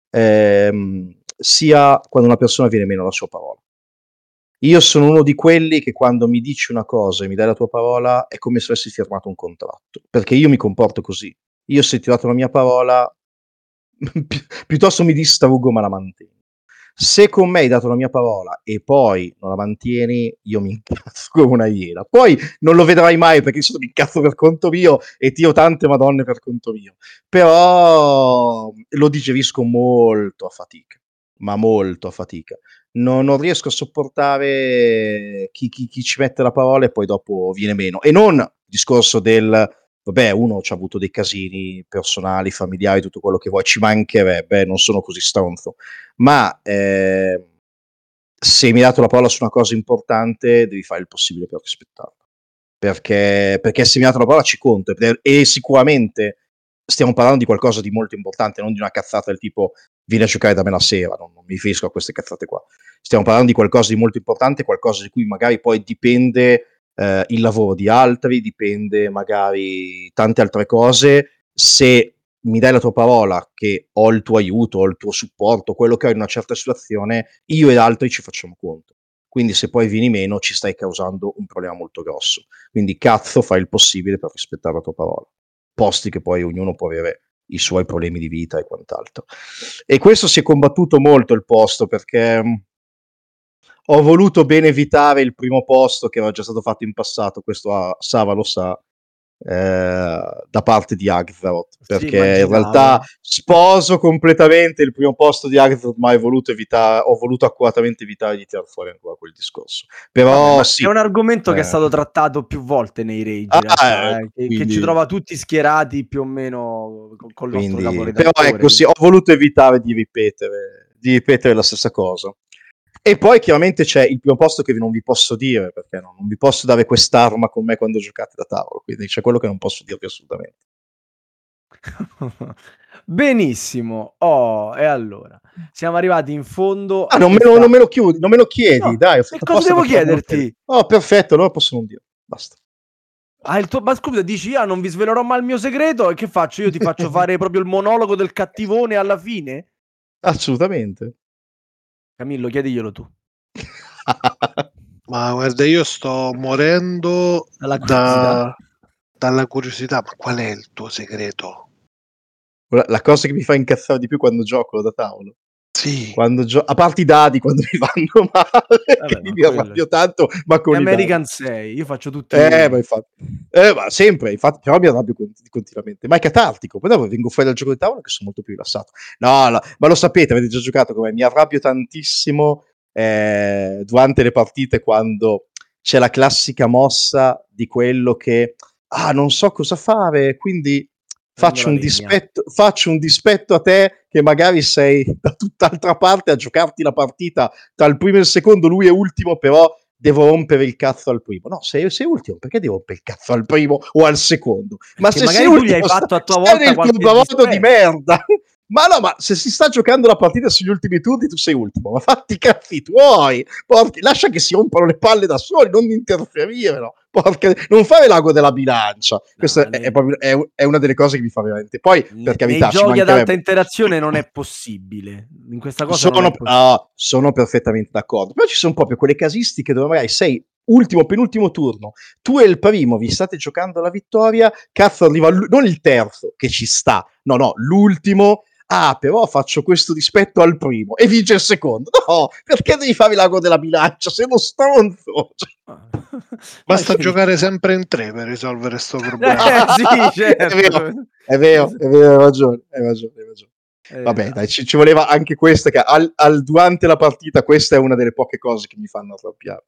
sia quando una persona viene meno alla sua parola. Io sono uno di quelli che quando mi dici una cosa e mi dai la tua parola è come se avessi firmato un contratto, perché io mi comporto così. Io se ti ho dato la mia parola piuttosto mi distruggo ma la mantengo. Se con me hai dato la mia parola e poi non la mantieni, io mi incazzo come una iena. Poi non lo vedrai mai perché io mi incazzo per conto mio e tiro tante madonne per conto mio. Però lo digerisco molto a fatica, ma molto a fatica. Non riesco a sopportare chi ci mette la parola e poi dopo viene meno. E non discorso del vabbè, uno ci ha avuto dei casini personali, familiari, tutto quello che vuoi, ci mancherebbe, non sono così stronzo, ma se mi hai dato la parola su una cosa importante, devi fare il possibile per rispettarla. Perché se mi hai dato la parola ci conto, e sicuramente stiamo parlando di qualcosa di molto importante, non di una cazzata del tipo vieni a giocare da me la sera, non mi riferisco a queste cazzate qua. Stiamo parlando di qualcosa di molto importante, qualcosa di cui magari poi dipende il lavoro di altri, dipende magari tante altre cose. Se mi dai la tua parola che ho il tuo aiuto, ho il tuo supporto, quello che ho in una certa situazione, io e altri ci facciamo conto. Quindi se poi vieni meno ci stai causando un problema molto grosso. Quindi cazzo, fai il possibile per rispettare la tua parola. Posti che poi ognuno può avere i suoi problemi di vita e quant'altro. E questo si è combattuto molto il posto, perché ho voluto ben evitare il primo posto che era già stato fatto in passato, questo Sava lo sa, da parte di Agraroth, Sì, perché in immaginavo. realtà sposo completamente il primo posto di Agraroth, ma ho voluto accuratamente evitare di tirar fuori ancora quel discorso. Però Vabbè, sì, è un argomento che è stato trattato più volte nei rage, in realtà, ecco, che ci quindi, trova tutti schierati più o meno col nostro però caporedattore. ecco, sì, ho voluto evitare di ripetere la stessa cosa. E poi chiaramente c'è il primo posto che non vi posso dire, perché non vi posso dare quest'arma con me quando giocate da tavolo, quindi c'è quello che non posso dirvi assolutamente. Benissimo. E allora siamo arrivati in fondo a Non me questa... lo chiudi, non me lo chiedi, No, dai, ho che fatto cosa apposta devo per farmelo chiedere. chiederti? Oh, perfetto, allora posso non dire, basta. Ma scusa, dici, non vi svelerò mai il mio segreto? E che faccio? Io ti faccio fare proprio il monologo del cattivone alla fine? Assolutamente. Camillo, chiediglielo tu. Ma guarda, io sto morendo Dalla curiosità. dalla curiosità. Ma qual è il tuo segreto? La cosa che mi fa incazzare di più quando gioco da tavolo. Sì, A parte i dadi quando mi vanno male, Vabbè, che mi ma quello... arrabbio tanto, ma con i dadi. American 6, io faccio tutti Ma infatti, ma sempre, infatti, però mi arrabbio continuamente. Ma è catartico. Poi dopo vengo fuori dal gioco di tavolo che sono molto più rilassato. No, ma lo sapete, avete già giocato come mi arrabbio tantissimo durante le partite quando c'è la classica mossa di quello che non so cosa fare, quindi prendo faccio la legna. faccio un dispetto a te che magari sei da tutt'altra parte a giocarti la partita tra il primo e il secondo, lui è ultimo, però devo rompere il cazzo al primo. No, sei ultimo, perché devo rompere il cazzo al primo o al secondo? Ma Perché se sei magari tu gli hai ultimo, fatto a tua stai volta nel tuo qualche bavato di dispetto. merda. Ma no, ma se si sta giocando la partita sugli ultimi turni, tu sei ultimo. Ma fatti i cazzi tuoi. Lascia che si rompano le palle da soli, non interferire, no? Non fare l'ago della bilancia. Questa è proprio è una delle cose che mi fa veramente. Poi, per carità, nei ci giochi ad alta mancherebbe. interazione non è possibile. In questa cosa non è possibile. Sono perfettamente d'accordo. Però ci sono proprio quelle casistiche dove magari sei ultimo, penultimo turno, tu e il primo vi state giocando la vittoria, cazzo arriva non il terzo, che ci sta, no, l'ultimo, però faccio questo dispetto al primo e vince il secondo. No, perché devi fare l'ago della bilancia? Sei uno stronzo. basta giocare sempre in 3 per risolvere sto problema. Sì, certo. È vero, hai ragione. Vabbè, dai, ci voleva anche questa che durante la partita questa è una delle poche cose che mi fanno arrabbiare.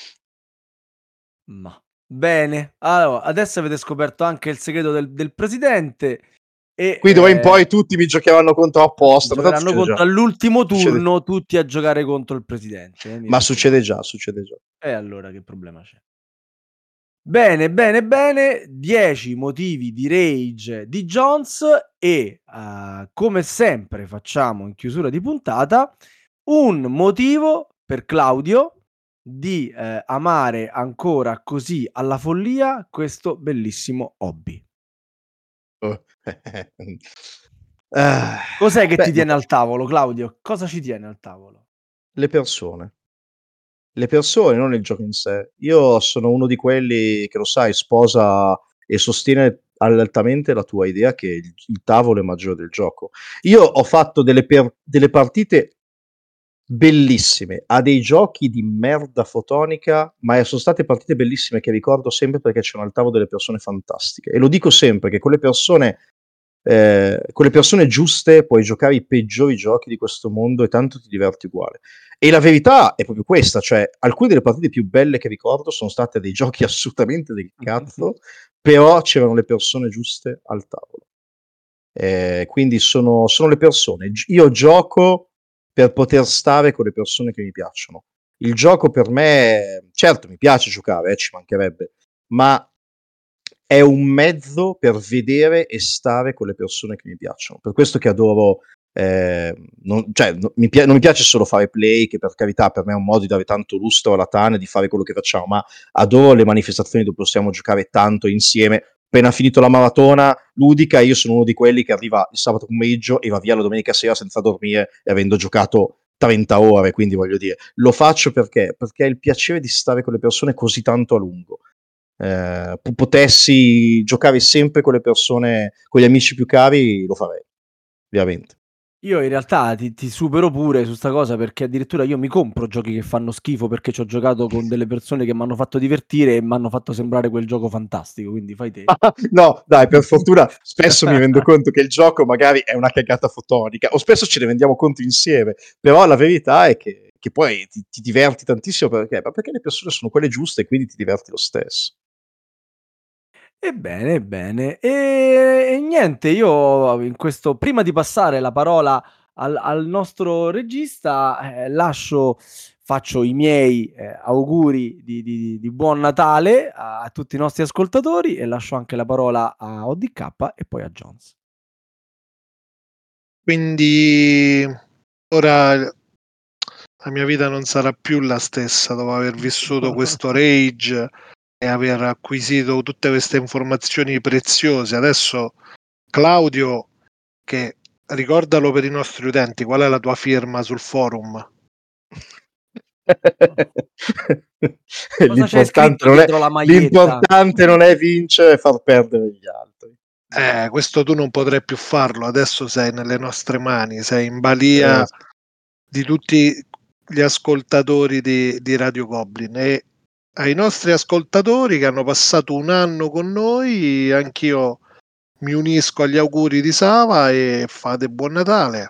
Ma bene, allora adesso avete scoperto anche il segreto del presidente e Qui d'ora in poi tutti mi giocheranno contro apposta, ma tanto giocheranno succede contro già. all'ultimo turno tutti a giocare contro il presidente. Ma succede già. E allora che problema c'è? Bene, bene, bene, 10 motivi di rage di Jones e come sempre facciamo in chiusura di puntata un motivo per Claudio di amare ancora così alla follia questo bellissimo hobby. Cos'è che ti tiene al tavolo, Claudio? Cosa ci tiene al tavolo? Le persone, non il gioco in sé. Io sono uno di quelli che, lo sai, sposa e sostiene altamente la tua idea che il tavolo è maggiore del gioco. Io ho fatto delle partite bellissime a dei giochi di merda fotonica, ma sono state partite bellissime che ricordo sempre perché c'erano al tavolo delle persone fantastiche. E lo dico sempre che quelle persone con le persone giuste puoi giocare i peggiori giochi di questo mondo e tanto ti diverti uguale. E la verità è proprio questa, cioè alcune delle partite più belle che ricordo sono state dei giochi assolutamente del cazzo, però c'erano le persone giuste al tavolo. Quindi sono le persone. Io gioco per poter stare con le persone che mi piacciono. Il gioco per me, certo, mi piace giocare, ci mancherebbe, ma è un mezzo per vedere e stare con le persone che mi piacciono. Per questo che adoro, non mi piace solo fare play, che per carità per me è un modo di dare tanto lustro alla Tana e di fare quello che facciamo, ma adoro le manifestazioni dove possiamo giocare tanto insieme. Appena finito la maratona ludica, io sono uno di quelli che arriva il sabato pomeriggio e va via la domenica sera senza dormire e avendo giocato 30 ore, quindi voglio dire, lo faccio perché è il piacere di stare con le persone così tanto a lungo. Potessi giocare sempre con le persone, con gli amici più cari, lo farei, veramente. Io in realtà ti supero pure su sta cosa, perché addirittura io mi compro giochi che fanno schifo perché ci ho giocato con delle persone che mi hanno fatto divertire e mi hanno fatto sembrare quel gioco fantastico, quindi fai te. No, dai, per fortuna spesso mi rendo conto che il gioco magari è una cagata fotonica, o spesso ce ne rendiamo conto insieme, però la verità è che poi ti diverti tantissimo perché le persone sono quelle giuste e quindi ti diverti lo stesso. Ebbene, ebbene. E niente, io in questo prima di passare la parola al nostro regista, faccio i miei, auguri di buon Natale a tutti i nostri ascoltatori e lascio anche la parola a ODK e poi a Jones. Quindi ora la mia vita non sarà più la stessa dopo aver vissuto questo rage e aver acquisito tutte queste informazioni preziose. Adesso, Claudio, che ricordalo per i nostri utenti, qual è la tua firma sul forum? Cosa c'è scritto dietro la maglietta? L'importante non è vincere e far perdere gli altri. Questo tu non potrai più farlo, adesso sei nelle nostre mani, sei in balia di tutti gli ascoltatori di Radio Goblin, e ai nostri ascoltatori che hanno passato un anno con noi, anch'io mi unisco agli auguri di Sava e fate buon Natale.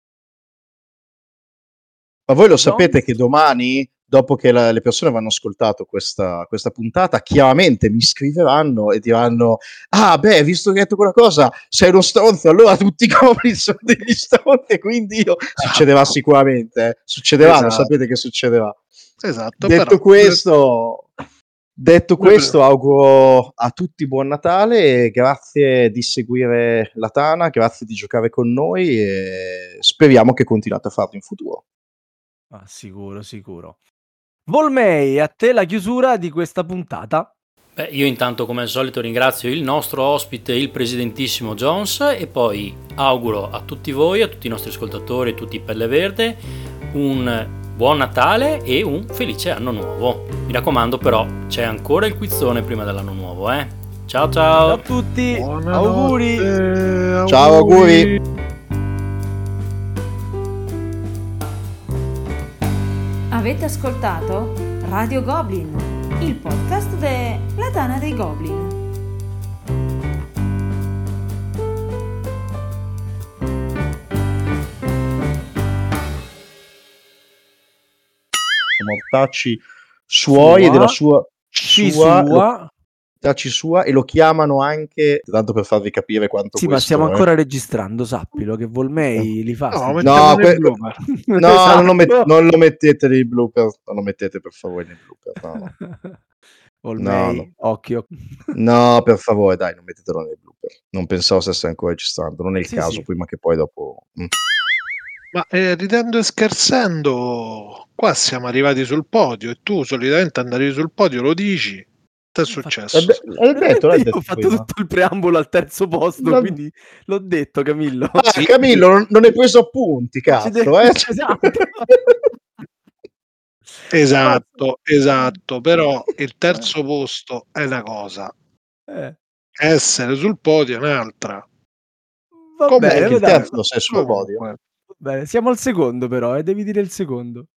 Ma voi lo sapete che domani, dopo che le persone avranno ascoltato questa puntata, chiaramente mi scriveranno e diranno: ah beh, visto che hai detto quella cosa, sei uno stronzo, allora tutti i Goblin sono degli stronzi, quindi io... Succederà sicuramente, succederà, esatto. Lo sapete che succederà. Esatto. Detto questo, auguro a tutti buon Natale, grazie di seguire la Tana, grazie di giocare con noi e speriamo che continuate a farlo in futuro. Ah, sicuro. Volmei, a te la chiusura di questa puntata. Beh, io intanto come al solito ringrazio il nostro ospite, il presidentissimo Jones, e poi auguro a tutti voi, a tutti i nostri ascoltatori, a tutti i Pelle Verde, un buon Natale e un felice anno nuovo. Mi raccomando però, c'è ancora il quizzone prima dell'anno nuovo, Ciao a tutti. Auguri. Ciao, auguri. Avete ascoltato Radio Goblin, il podcast della Tana dei Goblin. Mortacci suoi e della sua e lo chiamano anche, tanto per farvi capire quanto sì, ma stiamo ancora registrando, sappilo che Volmei li fa. No, non lo mettete nei blooper, non lo mettete per favore nei blooper, no. Volmei, no. Occhio. No, per favore, dai, non mettetelo nei blooper. Non pensavo stesse ancora registrando, non è il caso, sì. prima che poi dopo... Ma ridendo e scherzando, qua siamo arrivati sul podio e tu solitamente andare sul podio lo dici. Che è successo? L'hai detto ho fatto prima. Tutto il preambolo al terzo posto, quindi l'ho detto, Camillo. Sì. Camillo, non hai preso appunti, cazzo. Esatto, però il terzo posto è una cosa, essere sul podio è un'altra. Va bene, il terzo sei sul podio. Bene, siamo al secondo però, devi dire il secondo.